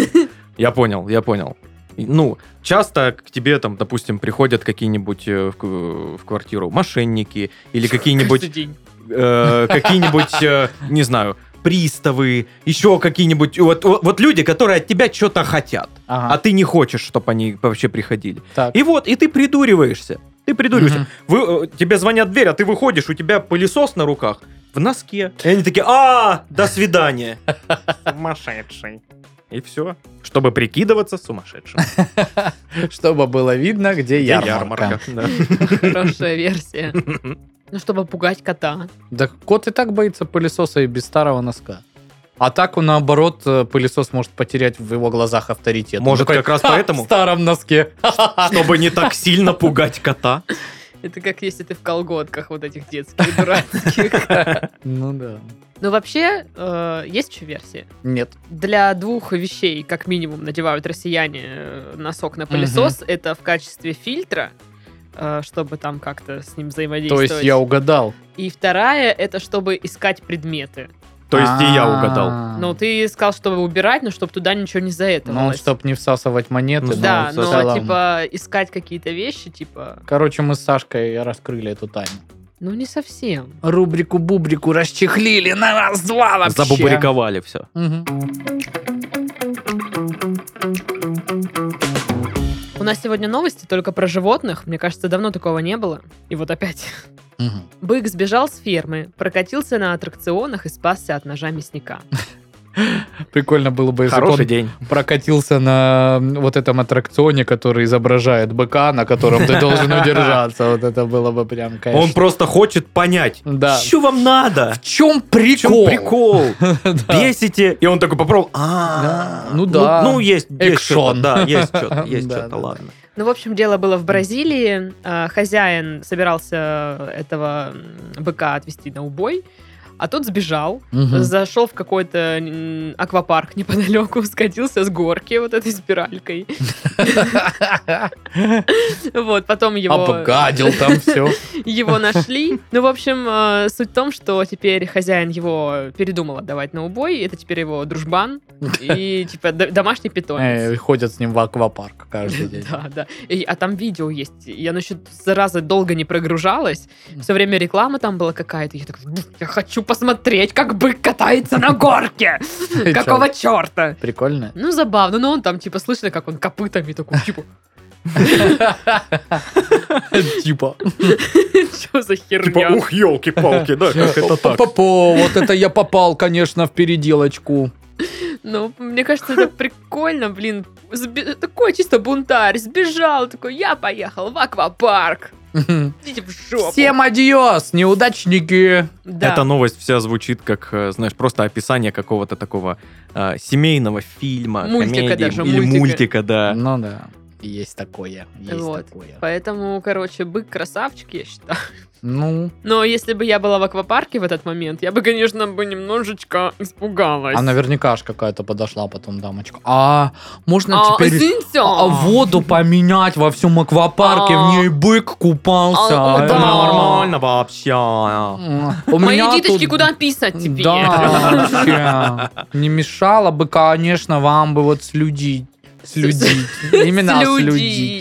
я понял, я понял. И, Ну, часто к тебе там, допустим, приходят какие-нибудь э, в, к- в квартиру мошенники или Каждый какие-нибудь день. э, какие-нибудь, э, не знаю, приставы, еще какие-нибудь, вот, вот, вот люди, которые от тебя что-то хотят, Ага. а ты не хочешь, чтобы они вообще приходили. Так. И вот, и ты придуриваешься, ты придуриваешься. Мгм. Вы, э, тебе звонят в дверь, а ты выходишь, у тебя пылесос на руках, в носке. И они такие, а, до свидания. Сумасшедший. И все. Чтобы прикидываться сумасшедшим. Чтобы было видно, где Где ярмарка. да. Хорошая версия. Ну, чтобы пугать кота. Да кот и так боится пылесоса и без старого носка. А так, наоборот, э, пылесос может потерять в его глазах авторитет. Он Может, такой, как раз «Ха, поэтому?» В старом носке. Чтобы не так сильно пугать кота. Это как если ты в колготках вот этих детских, дурацких. Ну да. Ну, вообще, э, есть еще версия. Нет. Для двух вещей, как минимум, надевают россияне э, носок на пылесос. Это в качестве фильтра, э, чтобы там как-то с ним То взаимодействовать. есть я угадал. И вторая, это чтобы искать предметы. То есть и я угадал. Ну, ты сказал, чтобы убирать, но чтобы туда ничего не Ну, заэтовалось. чтобы не всасывать монеты. Ну, Да, ну, в но целом. типа искать какие-то вещи, типа, Короче, мы с Сашкой раскрыли эту тайну. ну не совсем. Рубрику-бубрику расчехлили на раз-два вообще. Забубриковали все. Мгм. У нас сегодня новости только про животных. Мне кажется, давно такого не было. И вот опять. Мгм. Бык сбежал с фермы, прокатился на аттракционах и спасся от ножа мясника. Прикольно было бы, если бы Хороший он день. прокатился на вот этом аттракционе, который изображает быка, на котором ты должен удержаться. Вот это было бы прям, конечно. Он просто хочет понять, Да. что вам надо? В чем В чем прикол? прикол? Да. Бесите? И он такой попробовал. Да. А, Ну да. Ну, есть есть Экшон. что-то, да, есть что-то, есть Да, что-то, да. ладно. Ну, в общем, дело было в Бразилии. Э, Хозяин собирался этого м, быка отвезти на убой, а тот сбежал, Мгм. зашел в какой-то м, аквапарк неподалеку, скатился с горки вот этой спиралькой. Вот, потом его... Обгадил там все. Его нашли. Ну, в общем, э, суть в том, что теперь хозяин его передумал отдавать на убой. Это теперь его дружбан и, типа, д- домашний питомец. Ходят с ним в аквапарк каждый день. Да, да. И- а там видео есть. И оно еще, зараза, долго не прогружалось. Все время реклама там была какая-то. Я такая, «Блин, я хочу посмотреть, как бык катается на горке. Какого черта? Прикольно. Ну, забавно. Но он там, типа, слышно, как он копытами такой, типа, Типа. что за Типа, херня? ух, елки-палки, да, как это так? Попо, вот это я попал, конечно, в переделочку. Ну, мне кажется, это прикольно, блин. Сби- Такой чисто бунтарь. Сбежал, такой, я поехал в аквапарк. Идите в жопу. Всем адьос, неудачники. Да. Эта новость вся звучит как, э, знаешь, просто описание какого-то такого э, семейного фильма, Мультика комедии даже, или мультика. мультика, да. Ну да, есть такое, есть Вот. такое. Поэтому, короче, бык красавчик, я считаю. Ну, Но если бы я была в аквапарке в этот момент, я бы, конечно, бы немножечко испугалась. а наверняка ж какая-то подошла потом дамочка. А можно А, теперь извините. а, воду поменять во всем аквапарке, А. в ней бык купался. А, Это да. нормально вообще. М, У Мои меня деточки тут- куда писать теперь? Да, вообще. Не мешало бы, конечно, вам бы вот следить. Следить. Именно следить. Слюдить.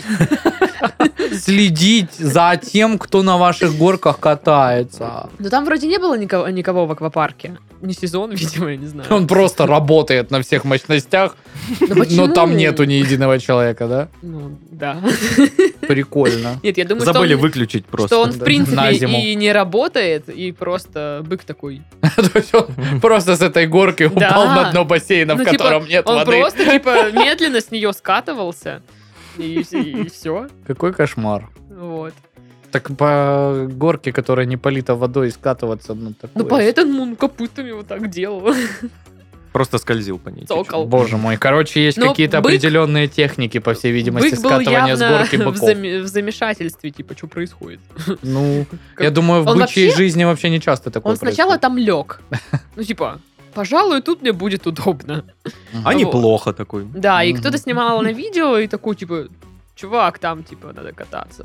Следить за тем, кто на ваших горках катается. Но там вроде не было никого, никого в аквапарке. Не сезон, видимо, я не знаю. Он просто работает на всех мощностях, Ну но почему? там нету ни единого человека, да? Ну, да. Прикольно. Нет, я думаю, Забыли что он, выключить просто. что он, в да, принципе, на зиму. и не работает, и просто бык такой. То есть он просто с этой горки Да. упал на дно бассейна, в Ну, типа, котором нет Он воды. просто, типа, медленно с нее скатывался, и, все. Какой кошмар. Вот. Так по горке, которая не полита водой, скатываться, ну такое. Ну, поэтому он копытами вот так делал. Просто скользил по ней. Цокал. Боже мой. Короче, есть Но какие-то бык- определенные техники, по всей видимости, Бык был скатывания с явно горки в, быков. заме- в замешательстве, типа, что происходит. Ну, Как- я думаю, в Он бычьей вообще- жизни вообще не часто такое Он сначала происходит. там лег. Ну, типа, пожалуй, тут мне будет удобно. А Вот. неплохо такой. Да, и Мгм. кто-то снимал на видео и такой, типа, чувак, там, типа, надо кататься.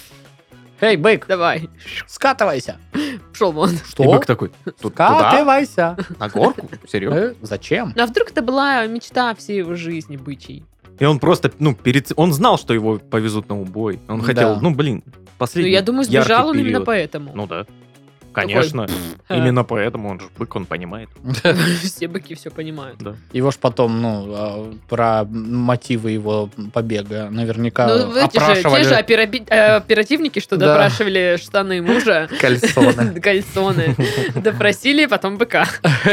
Эй, бык, Давай. скатывайся. Пошел вон. И бык такой, тут туда? Скатывайся. На горку? Серьезно? Э, Зачем? А вдруг это была мечта всей его жизни бычьей? И он просто, ну, перед... Он знал, что его повезут на убой. Он Да. хотел, ну, блин, Ну, последний я думаю, яркий сбежал он именно период. поэтому. Ну да. Конечно. «Ха». Именно поэтому он же бык, он понимает. Все быки все понимают. Да. Его ж потом, ну, а, про мотивы его побега наверняка Ну, эти же, опрашивали те же опера- э, оперативники, что Да. допрашивали штаны мужа, кальсоны. кальсоны, допросили потом быка.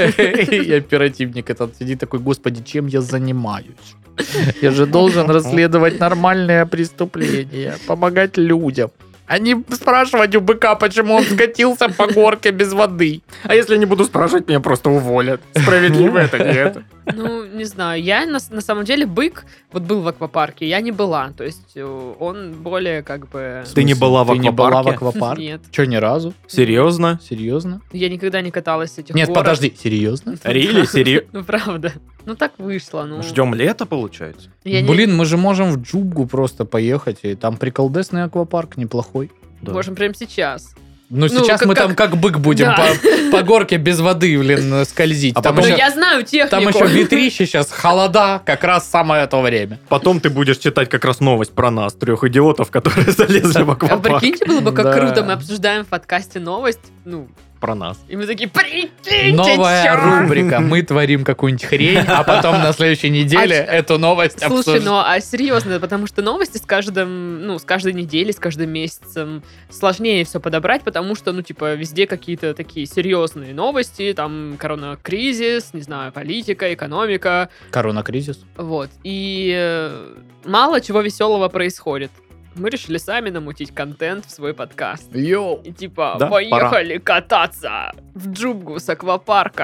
И оперативник этот сидит такой, господи, чем я занимаюсь? Я же должен расследовать нормальные преступления, помогать людям. А не спрашивать у быка, почему он скатился по горке без воды. А если не буду спрашивать, меня просто уволят. Справедливо это, нет? Ну, не знаю, я на, на самом деле бык вот был в аквапарке, я не была, то есть э, он более как бы... Ты не была в Ты не была в аквапарке? аквапарке? Нет, Че, ни разу? Серьезно? Серьезно? я никогда не каталась с этих Нет, горок. подожди, серьезно? Рили, серьезно? Ну, правда. Ну, так вышло. Ну, Ждем лета, получается? я не- Блин, мы же можем в Джугу просто поехать, и там приколдесный аквапарк неплохой. Да. Можем прямо сейчас. Ну, Ну, сейчас как- мы как- там как бык будем Да. по, по горке без воды, блин, скользить. А там потом- Ну, еще, я знаю технику. там еще ветрище сейчас, холода, как раз самое то время. Потом ты будешь читать как раз новость про нас, трех идиотов, которые залезли в А аквапарк. прикиньте, было бы как Да. круто, мы обсуждаем в подкасте новость, ну, Про нас. и мы такие, прикиньте, Новая чё?» рубрика. Мы творим какую-нибудь хрень, а потом на следующей неделе А ч- эту новость Слушай, обсуждаем. ну а серьезно, потому что новости с каждым, ну, с каждой неделей, с каждым месяцем сложнее все подобрать, потому что, ну, типа, везде какие-то такие серьезные новости, там, коронакризис, не знаю, политика, экономика, Коронакризис. вот. И э, мало чего веселого происходит. Мы решили сами намутить контент в свой подкаст. Йоу. И типа, Да, поехали кататься в Джугу с аквапарка.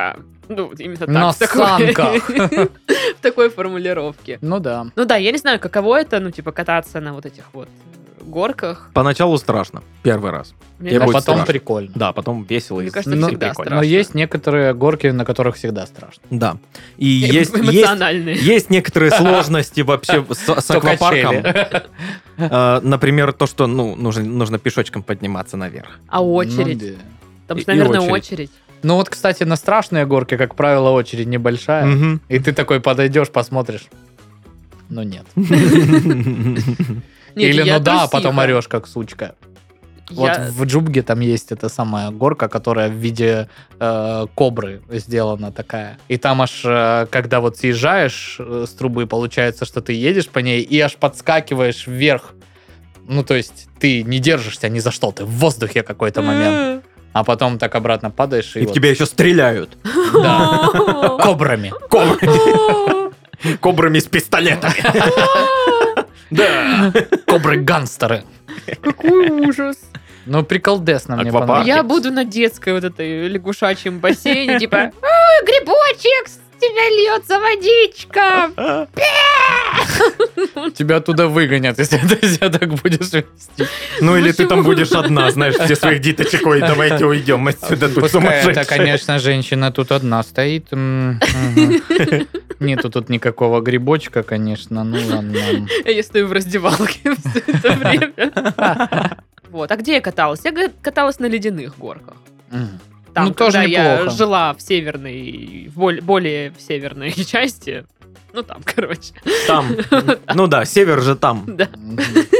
Ну, именно так. На в такой- санках. В такой формулировке. Ну да. Ну да, я не знаю, каково это, ну, типа, кататься на вот этих вот горках. Поначалу страшно, первый раз. Мне Я А будет кажется, потом страшно. прикольно. Да, потом весело. Мне и кажется, Ну, всегда прикольно. Но страшно. есть некоторые горки, на которых всегда страшно. Да. И есть, есть, Эмоциональные. есть некоторые сложности вообще с, с То аквапарком. качели. Э, Например, то, что ну, нужно, нужно пешочком подниматься наверх. А очередь? Ну, да. Там же, И- и наверное, очередь. очередь. Ну вот, кстати, на страшные горки, как правило, очередь небольшая. Мгм. И ты такой подойдешь, посмотришь. Ну нет. Нет, Или я ну да, а потом трусиха. орешь, как сучка. Вот Я- в Джубге там есть эта самая горка, которая в виде э, кобры сделана такая. И там аж, э, когда вот съезжаешь э, с трубы, получается, что ты едешь по ней и аж подскакиваешь вверх. Ну, то есть ты не держишься ни за что, ты в воздухе какой-то момент. А потом так обратно падаешь и, И в вот- тебя еще стреляют. Да, кобрами. Кобрами с пистолетами. Да. Кобры-гангстеры. Какой ужас. Ну, приколдесно мне Аквапарк. понравилось. Я буду на детской вот этой лягушачьем бассейне, типа, «Ой, грибочек, с тебя льется водичка. Тебя оттуда выгонят, если ты себя так будешь вести. Ну или ты Почему? там будешь одна, знаешь, все своих деточек, ой, давайте уйдем отсюда, тут Пускай это, сумасшедшие. конечно, женщина тут одна стоит. М, мгм. Нету тут никакого грибочка, конечно. Ну ладно. А я стою в раздевалке все это время. Вот. А где я каталась? Я га- каталась на ледяных горках. Мгм. Там, Ну, тоже когда я неплохо. жила в северной, в боль- более в северной части. Ну, там, короче. Там, ну да, север же там. Да. Мгм.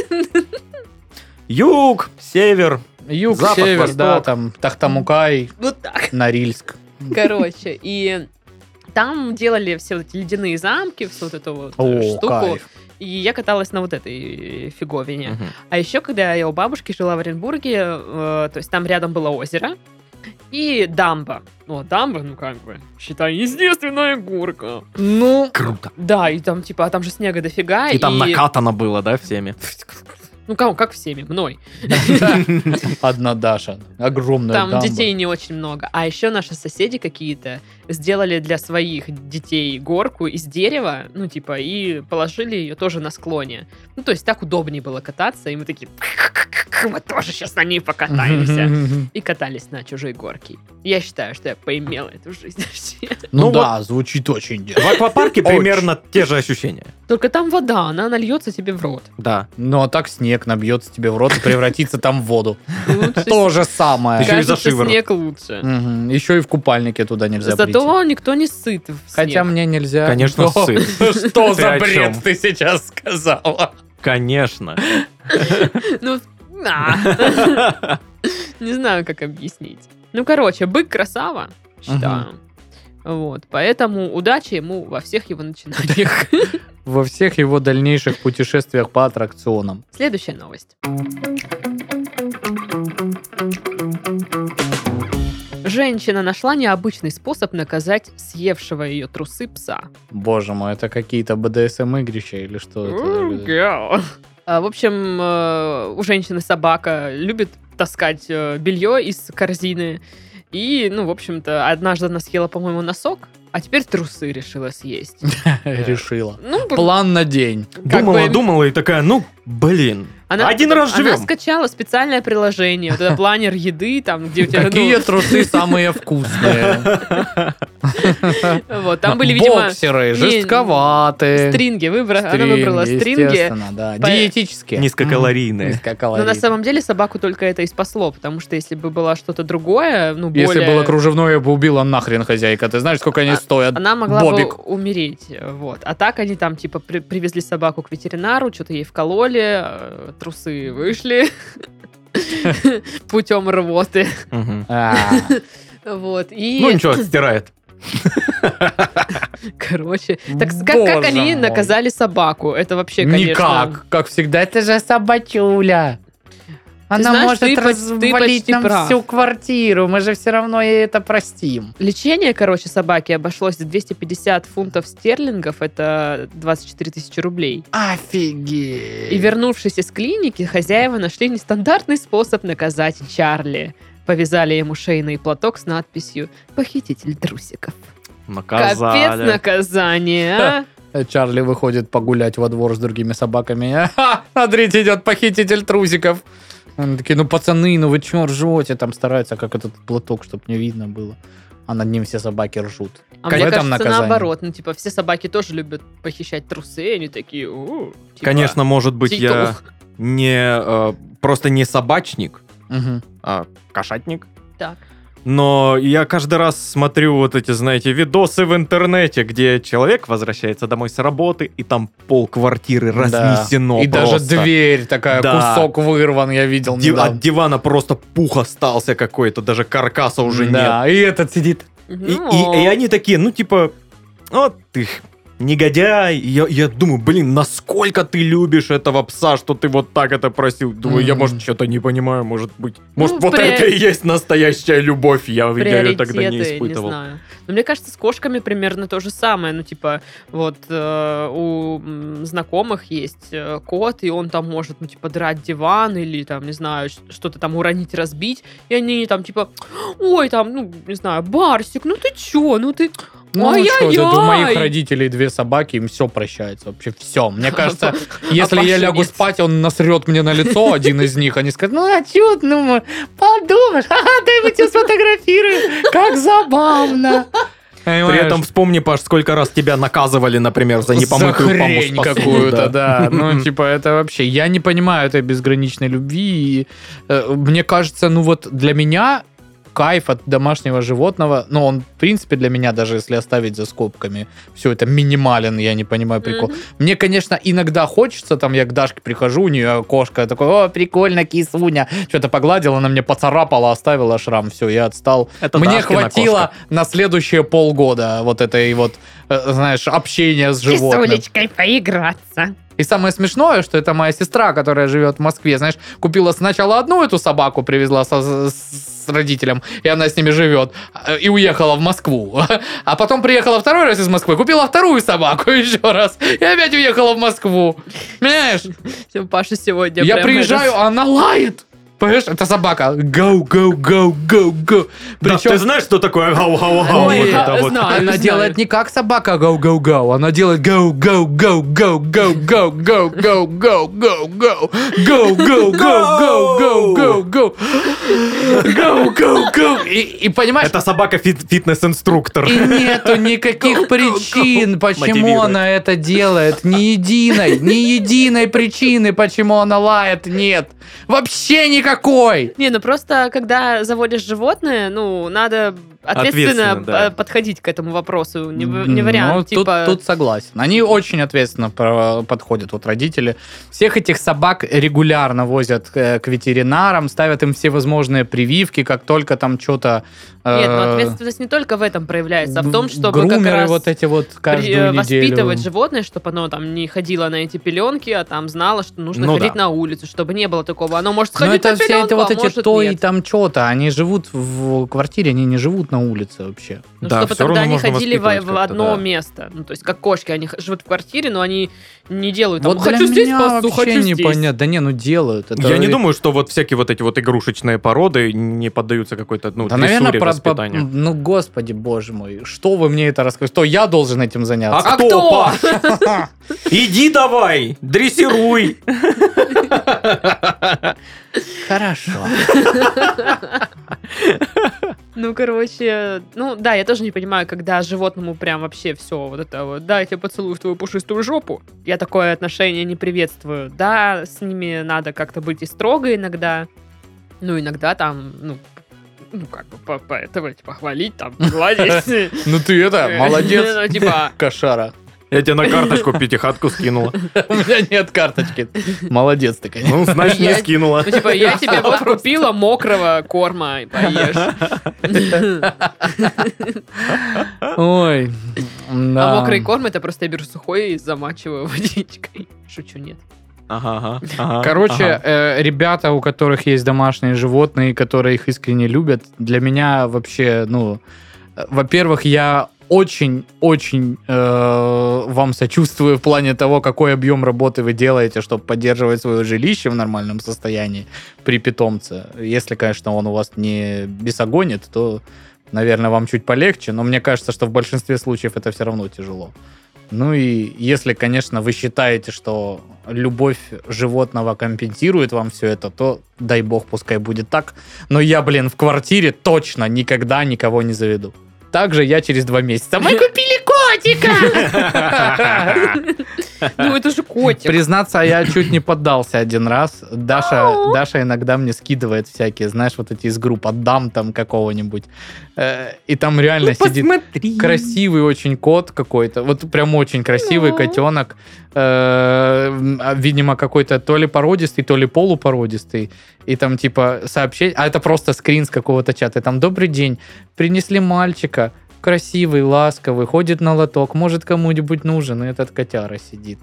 Юг, север. Юг, Запад, север, да, восток. там Тахтамукай, Вот так. Норильск. Короче, и там делали все вот эти ледяные замки, всю вот эту вот э, О, штуку. кайф. И я каталась на вот этой фиговине. Мгм. А еще, когда я у бабушки жила в Оренбурге, э, то есть там рядом было озеро и дамба. Ну, а дамба, ну как бы, считай, естественная горка. Ну, Круто. Да, и там, типа, а там же снега дофига. И там накатано было, да, всеми? Ну, как, как всеми, мной. одна Даша. Огромная Там дамба. детей не очень много. А еще наши соседи какие-то сделали для своих детей горку из дерева, ну, типа, и положили ее тоже на склоне. Ну, то есть так удобнее было кататься, и мы такие, мы тоже сейчас на ней покатаемся. И катались на чужой горке. Я считаю, что я поимела эту жизнь вообще. Ну Ну да, звучит очень В дерзко. аквапарке Очень. примерно те же ощущения. Только там вода, она нальется тебе в рот. Да. Ну а так снег набьется тебе в рот и превратится там в воду. Лучше То же самое. Еще и за кажется, шиворот. снег лучше. Мгм. Еще и в купальнике туда нельзя прийти. Зато никто не сыт в Хотя снег. мне нельзя. Конечно, Но- сыт. Что Ты за о бред чем? ты сейчас сказала? Конечно. Ну, на. Не знаю, как объяснить. Ну, короче, бык красава, считаю. Вот, поэтому удачи ему во всех его начинаниях. Во всех его дальнейших путешествиях по аттракционам. Следующая новость. Женщина нашла необычный способ наказать съевшего ее трусы пса. Боже мой, это какие-то бэ дэ эс эм-игрища или что это? А, В общем, э, у женщины собака любит таскать э, белье из корзины. И, ну, в общем-то, однажды она съела, по-моему, носок, а теперь трусы решила съесть. Решила. Ну, План на день. как Думала, бы- думала и такая, ну, блин. Она, Один раз Она живем. скачала специальное приложение, вот это планер еды, там, где у тебя... ну, Какие трусы самые вкусные? Вот, там были, видимо, Боксеры, не, жестковатые. стринги. Выбра- Она выбрала стринги. естественно, да. По- Диетические. Низкокалорийные. Но Низкокалорийные. на самом деле собаку только это и спасло, потому что если бы было что-то другое, ну, более... Если было кружевное, я бы убила нахрен хозяйка. Ты знаешь, сколько они А- стоят? Она могла Бобик. бы умереть, вот. А так они там, типа, при- привезли собаку к ветеринару, что-то ей вкололи, э, трусы вышли путем рвоты, Мгм. А, вот. И, Ну ничего, стирает. короче, так с- как, как Боже они мой. наказали собаку? Это вообще, конечно... Никак. Как всегда, это же собачуля. Она знаешь, может ты поч- ты развалить почти нам прав. всю квартиру. Мы же все равно ей это простим. Лечение, короче, собаки обошлось в двести пятьдесят фунтов стерлингов, это двадцать четыре тысячи рублей. Офигеть. И вернувшись из клиники, хозяева нашли нестандартный способ наказать Чарли. Повязали ему шейный платок с надписью «Похититель трусиков». Наказали. Капец наказание, а? Чарли выходит погулять во двор с другими собаками. Ха, смотрите, идет похититель трусиков. Они такие, ну, пацаны, ну вы чё ржете? Там стараются, как этот платок, чтобы не видно было. А над ним все собаки ржут. А В мне этом кажется, наказание. наоборот. Ну, типа, все собаки тоже любят похищать трусы, они такие, у, типа, Конечно, может быть, я титул. не э, просто не собачник, Мгм. а кошатник. Так. Но я каждый раз смотрю вот эти, знаете, видосы в интернете, где человек возвращается домой с работы, и там пол квартиры Да. разнесено И даже просто. дверь такая, Да. кусок вырван, я видел Ди- недавно. От дивана просто пух остался какой-то, даже каркаса уже нет. Да, и этот сидит. И, Ну, и- и они такие, ну типа, вот ты негодяй. И Я, я думаю, блин, насколько ты любишь этого пса, что ты вот так это просил. Думаю, я, Мгм. может, что-то не понимаю, может быть. Может, Ну, вот при- это и есть настоящая любовь. Я, я ее тогда не приоритеты, испытывал. знаю. Но мне кажется, с кошками примерно то же самое. Ну, типа, вот э, у м, знакомых есть э, кот, и он там может, ну, типа, драть диван или, там, не знаю, ш- что-то там уронить, разбить. И они там, типа, ой, там, ну, не знаю, Барсик, ну ты чё, ну ты... Ну, Ай-яй-яй! что, у моих родителей две собаки, им все прощается, вообще все. Мне кажется, если я Паша лягу нет. спать, он насрет мне на лицо, один из них, они скажут, ну, а чё, ну, подумаешь, ага, дай мы тебя сфотографируем, как забавно. При этом вспомни, Паш, сколько раз тебя наказывали, например, за непомытую За помощь хрень какую-то, да. Ну, типа, это вообще... Я не понимаю этой безграничной любви. И, э, мне кажется, ну вот для меня кайф от домашнего животного, ну, он, в принципе, для меня, даже если оставить за скобками, все это минимален, я не понимаю прикол. Мгм. Мне, конечно, иногда хочется, там, я к Дашке прихожу, у нее кошка, я такой, о, прикольно, кисуня. Что-то погладила, она мне поцарапала, оставила шрам, все, я отстал. Это Мне Дашкина хватило кошка. на следующие полгода вот этой вот, э, знаешь, общения с животным. Кисулечкой поиграться. И самое смешное, что это моя сестра, которая живет в Москве, знаешь, купила сначала одну эту собаку, привезла со- с, с родителем, и она с ними живет, э, и уехала в Москву. А потом приехала второй раз из Москвы, купила вторую собаку еще раз, и опять уехала в Москву. Понимаешь? Паша сегодня Я прям приезжаю, это- а она лает. Понимаешь, это собака. Go, go, go, go, go. Да, Причем ты знаешь, что такое гау-гау-гау? Ой, Вот я это вот. знаю. она знаю. делает не как собака go, go, go. Она делает go, go, go, go, go, go, go, go, go, go, go. Go, go, go, go, go, go, go. Go, go, go. И, и понимаешь, Это собака фит- фитнес-инструктор. и нету никаких причин, почему Мотивирует. она это делает. Ни единой, ни единой причины, почему она лает, нет. Вообще никакой. Не, ну просто, когда заводишь животное, ну, надо ответственно, Ответственно, да. э, подходить к этому вопросу. Не, в- не вариант, Ну, тут- типа... Тут, согласен. Они очень ответственно про- подходят, вот родители. Всех этих собак регулярно возят э, к ветеринарам, ставят им все возможные прививки, как только там что-то... э, Нет, ну ответственность не только в этом проявляется, а в том, чтобы как грумеры раз вот эти вот при- каждую э, неделю. воспитывать животное, чтобы оно там не ходило на эти пеленки, а там знало, что нужно Ну ходить да. на улицу, чтобы не было такого. Оно может Но сходить это на все пеленку, это вот а эти может то и нет. там что-то. Они живут в квартире, они не живут на улице вообще. Ну, Да, чтобы всё равно тогда они можно ходили в, воспитывать в как-то, одно да. место. Ну, то есть, как кошки, они х- живут в квартире, но они не делают там, Вот хочу для здесь меня пасу, вообще хочу здесь. непонятно. Да не, ну делают. Это Я не и- думаю, что вот всякие вот эти вот игрушечные породы не поддаются какой-то, ну, Да, наверное, дрессуре, про, по- воспитанию. ну, господи, боже мой, что вы мне это рассказываете? Что я должен этим заняться? А, А кто, кто? Паш? Иди давай, дрессируй. Хорошо. Ну, короче, ну да, я тоже не понимаю, когда животному прям вообще все вот это вот, да, я тебя поцелую в твою пушистую жопу. Я такое отношение не приветствую. Да, с ними надо как-то быть и строго иногда. Ну, иногда там, ну, ну как бы по, по этого, типа, хвалить, там, гладить. Ну ты это, молодец, Ну, типа, кошара. Я тебе на карточку пятихатку скинула. У меня нет карточки. Молодец ты, конечно. Ну, значит, не Я- скинула. ну, типа, я тебе вот купила мокрого корма, и поешь. Ой. А мокрый корм это просто я беру сухой и замачиваю водичкой. Шучу, нет. Ага, ага, ага, Короче, ага. э, ребята, у которых есть домашние животные, которые их искренне любят, для меня вообще, ну, э, во-первых, я очень-очень э, вам сочувствую в плане того, какой объем работы вы делаете, чтобы поддерживать свое жилище в нормальном состоянии при питомце. Если, конечно, он у вас не бесогонит, то наверное, вам чуть полегче, но мне кажется, что в большинстве случаев это все равно тяжело. Ну и если, конечно, вы считаете, что любовь животного компенсирует вам все это, то дай бог, пускай будет так. Но я, блин, в квартире точно никогда никого не заведу. Также я через два месяца. Мы купили котика! Ну, это же котик. Признаться, я чуть не поддался один раз. Даша, Даша иногда мне скидывает всякие, знаешь, вот эти из групп «Отдам» там какого-нибудь. И там реально Ну, сидит посмотри. красивый очень кот какой-то. Вот прям очень красивый Ну. котенок. Э, Видимо, какой-то то ли породистый, то ли полупородистый. И там типа сообщение... А это просто скрин с какого-то чата. И там «Добрый день. Принесли мальчика. Красивый, ласковый. Ходит на лоток. Может, кому-нибудь нужен». И этот котяра сидит.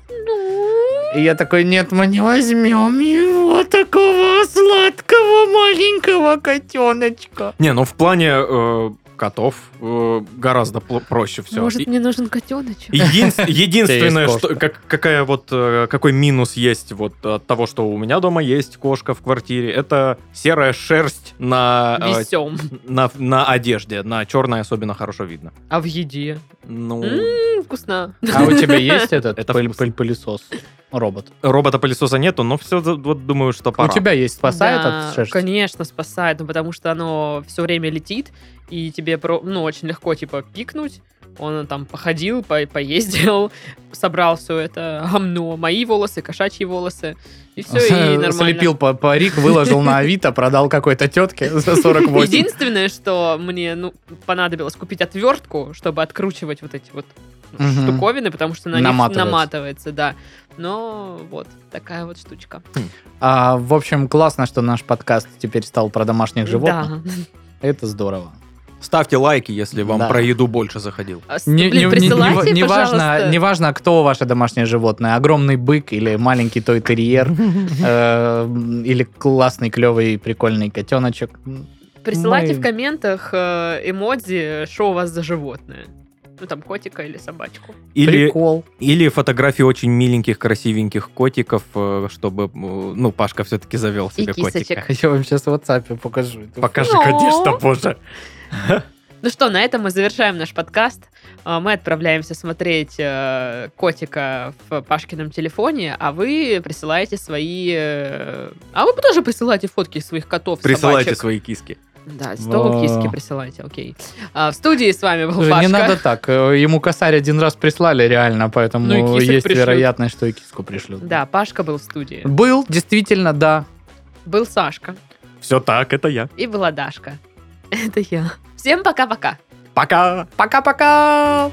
И я такой: нет, мы не возьмем его, такого сладкого маленького котеночка. Не, ну в плане э, котов э, гораздо пл- проще все. Может, мне нужен котеночек? Един- Единственное, Есть что, кошка. как, какая вот, э, какой минус есть вот от того, что у меня дома есть кошка в квартире, это серая шерсть на, э, Весем. на, на одежде. На черной особенно хорошо видно. А в еде? Ну, М, Вкусно. А у тебя есть этот Это пыль- вкусно. пыль-пылесос? Робот. робота-пылесоса нету, но все вот думаю, что пора. У тебя есть, спасает Да, от шерсти? Конечно, спасает, ну, потому что оно все время летит, и тебе про- ну, очень легко типа пикнуть. Он там походил, по- поездил, собрал все это гамно, мои волосы, кошачьи волосы, и все, и нормально. Слепил по- парик, выложил на Авито, продал какой-то тетке за сорок восемь. Единственное, что мне ну, понадобилось купить отвертку, чтобы откручивать вот эти вот Мгм. штуковины, потому что на них Наматывается. наматывается, да. Но вот такая вот штучка. А, в общем, классно, что наш подкаст теперь стал про домашних животных. Да. Это здорово. Ставьте лайки, если вам Да. про еду больше заходил. А с- Не, Блин, не- не- присылайте, не важно, пожалуйста. не важно, кто ваше домашнее животное. Огромный бык или маленький той-терьер, э, или классный, клевый, прикольный котеночек. Присылайте Мы- в комментах э, эмодзи, что у вас за животное. Ну, там, котика или собачку. Или, Прикол. или фотографии очень миленьких, красивеньких котиков, э, чтобы, э, ну, Пашка все-таки завел И себе кисочек. котика. Я вам сейчас в WhatsApp покажу. Покажи, Но. конечно, позже. Ну что, на этом мы завершаем наш подкаст. А, Мы отправляемся смотреть э, котика в Пашкином телефоне, а вы присылаете свои... э, А вы тоже присылайте фотки своих котов, Присылайте собачек. свои киски. Да, сто Во. киски присылайте, окей. А, в студии с вами был Слушай, Пашка. не надо так. э, Ему косарь один раз прислали реально, поэтому Ну и кисок есть пришлют. вероятность, что и киску пришлют. Да, Пашка был в студии. Был, действительно, да. Был Сашка. Все так, это я. И была Дашка. Это я. Всем пока-пока. Пока! Пока-пока!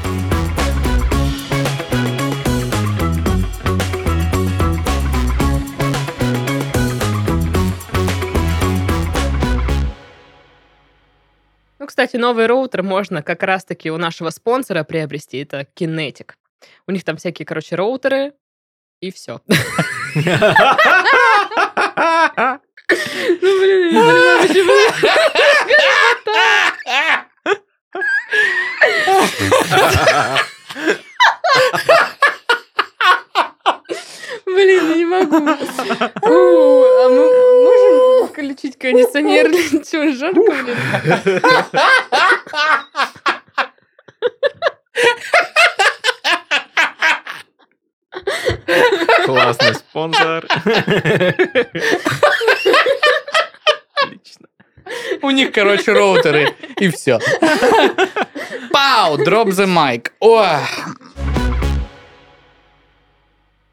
Ну, кстати, новый роутер можно как раз-таки у нашего спонсора приобрести. Это Kinetic. У них там всякие, короче, роутеры. И все. Ну, блин, я не понимаю, почему. Блин, я не могу. Фу, а мы можем включить кондиционер? Чего, жарко, блин? Классный спонсор. Отлично. У них, короче, роутеры, и все. Пау, drop the mic. О,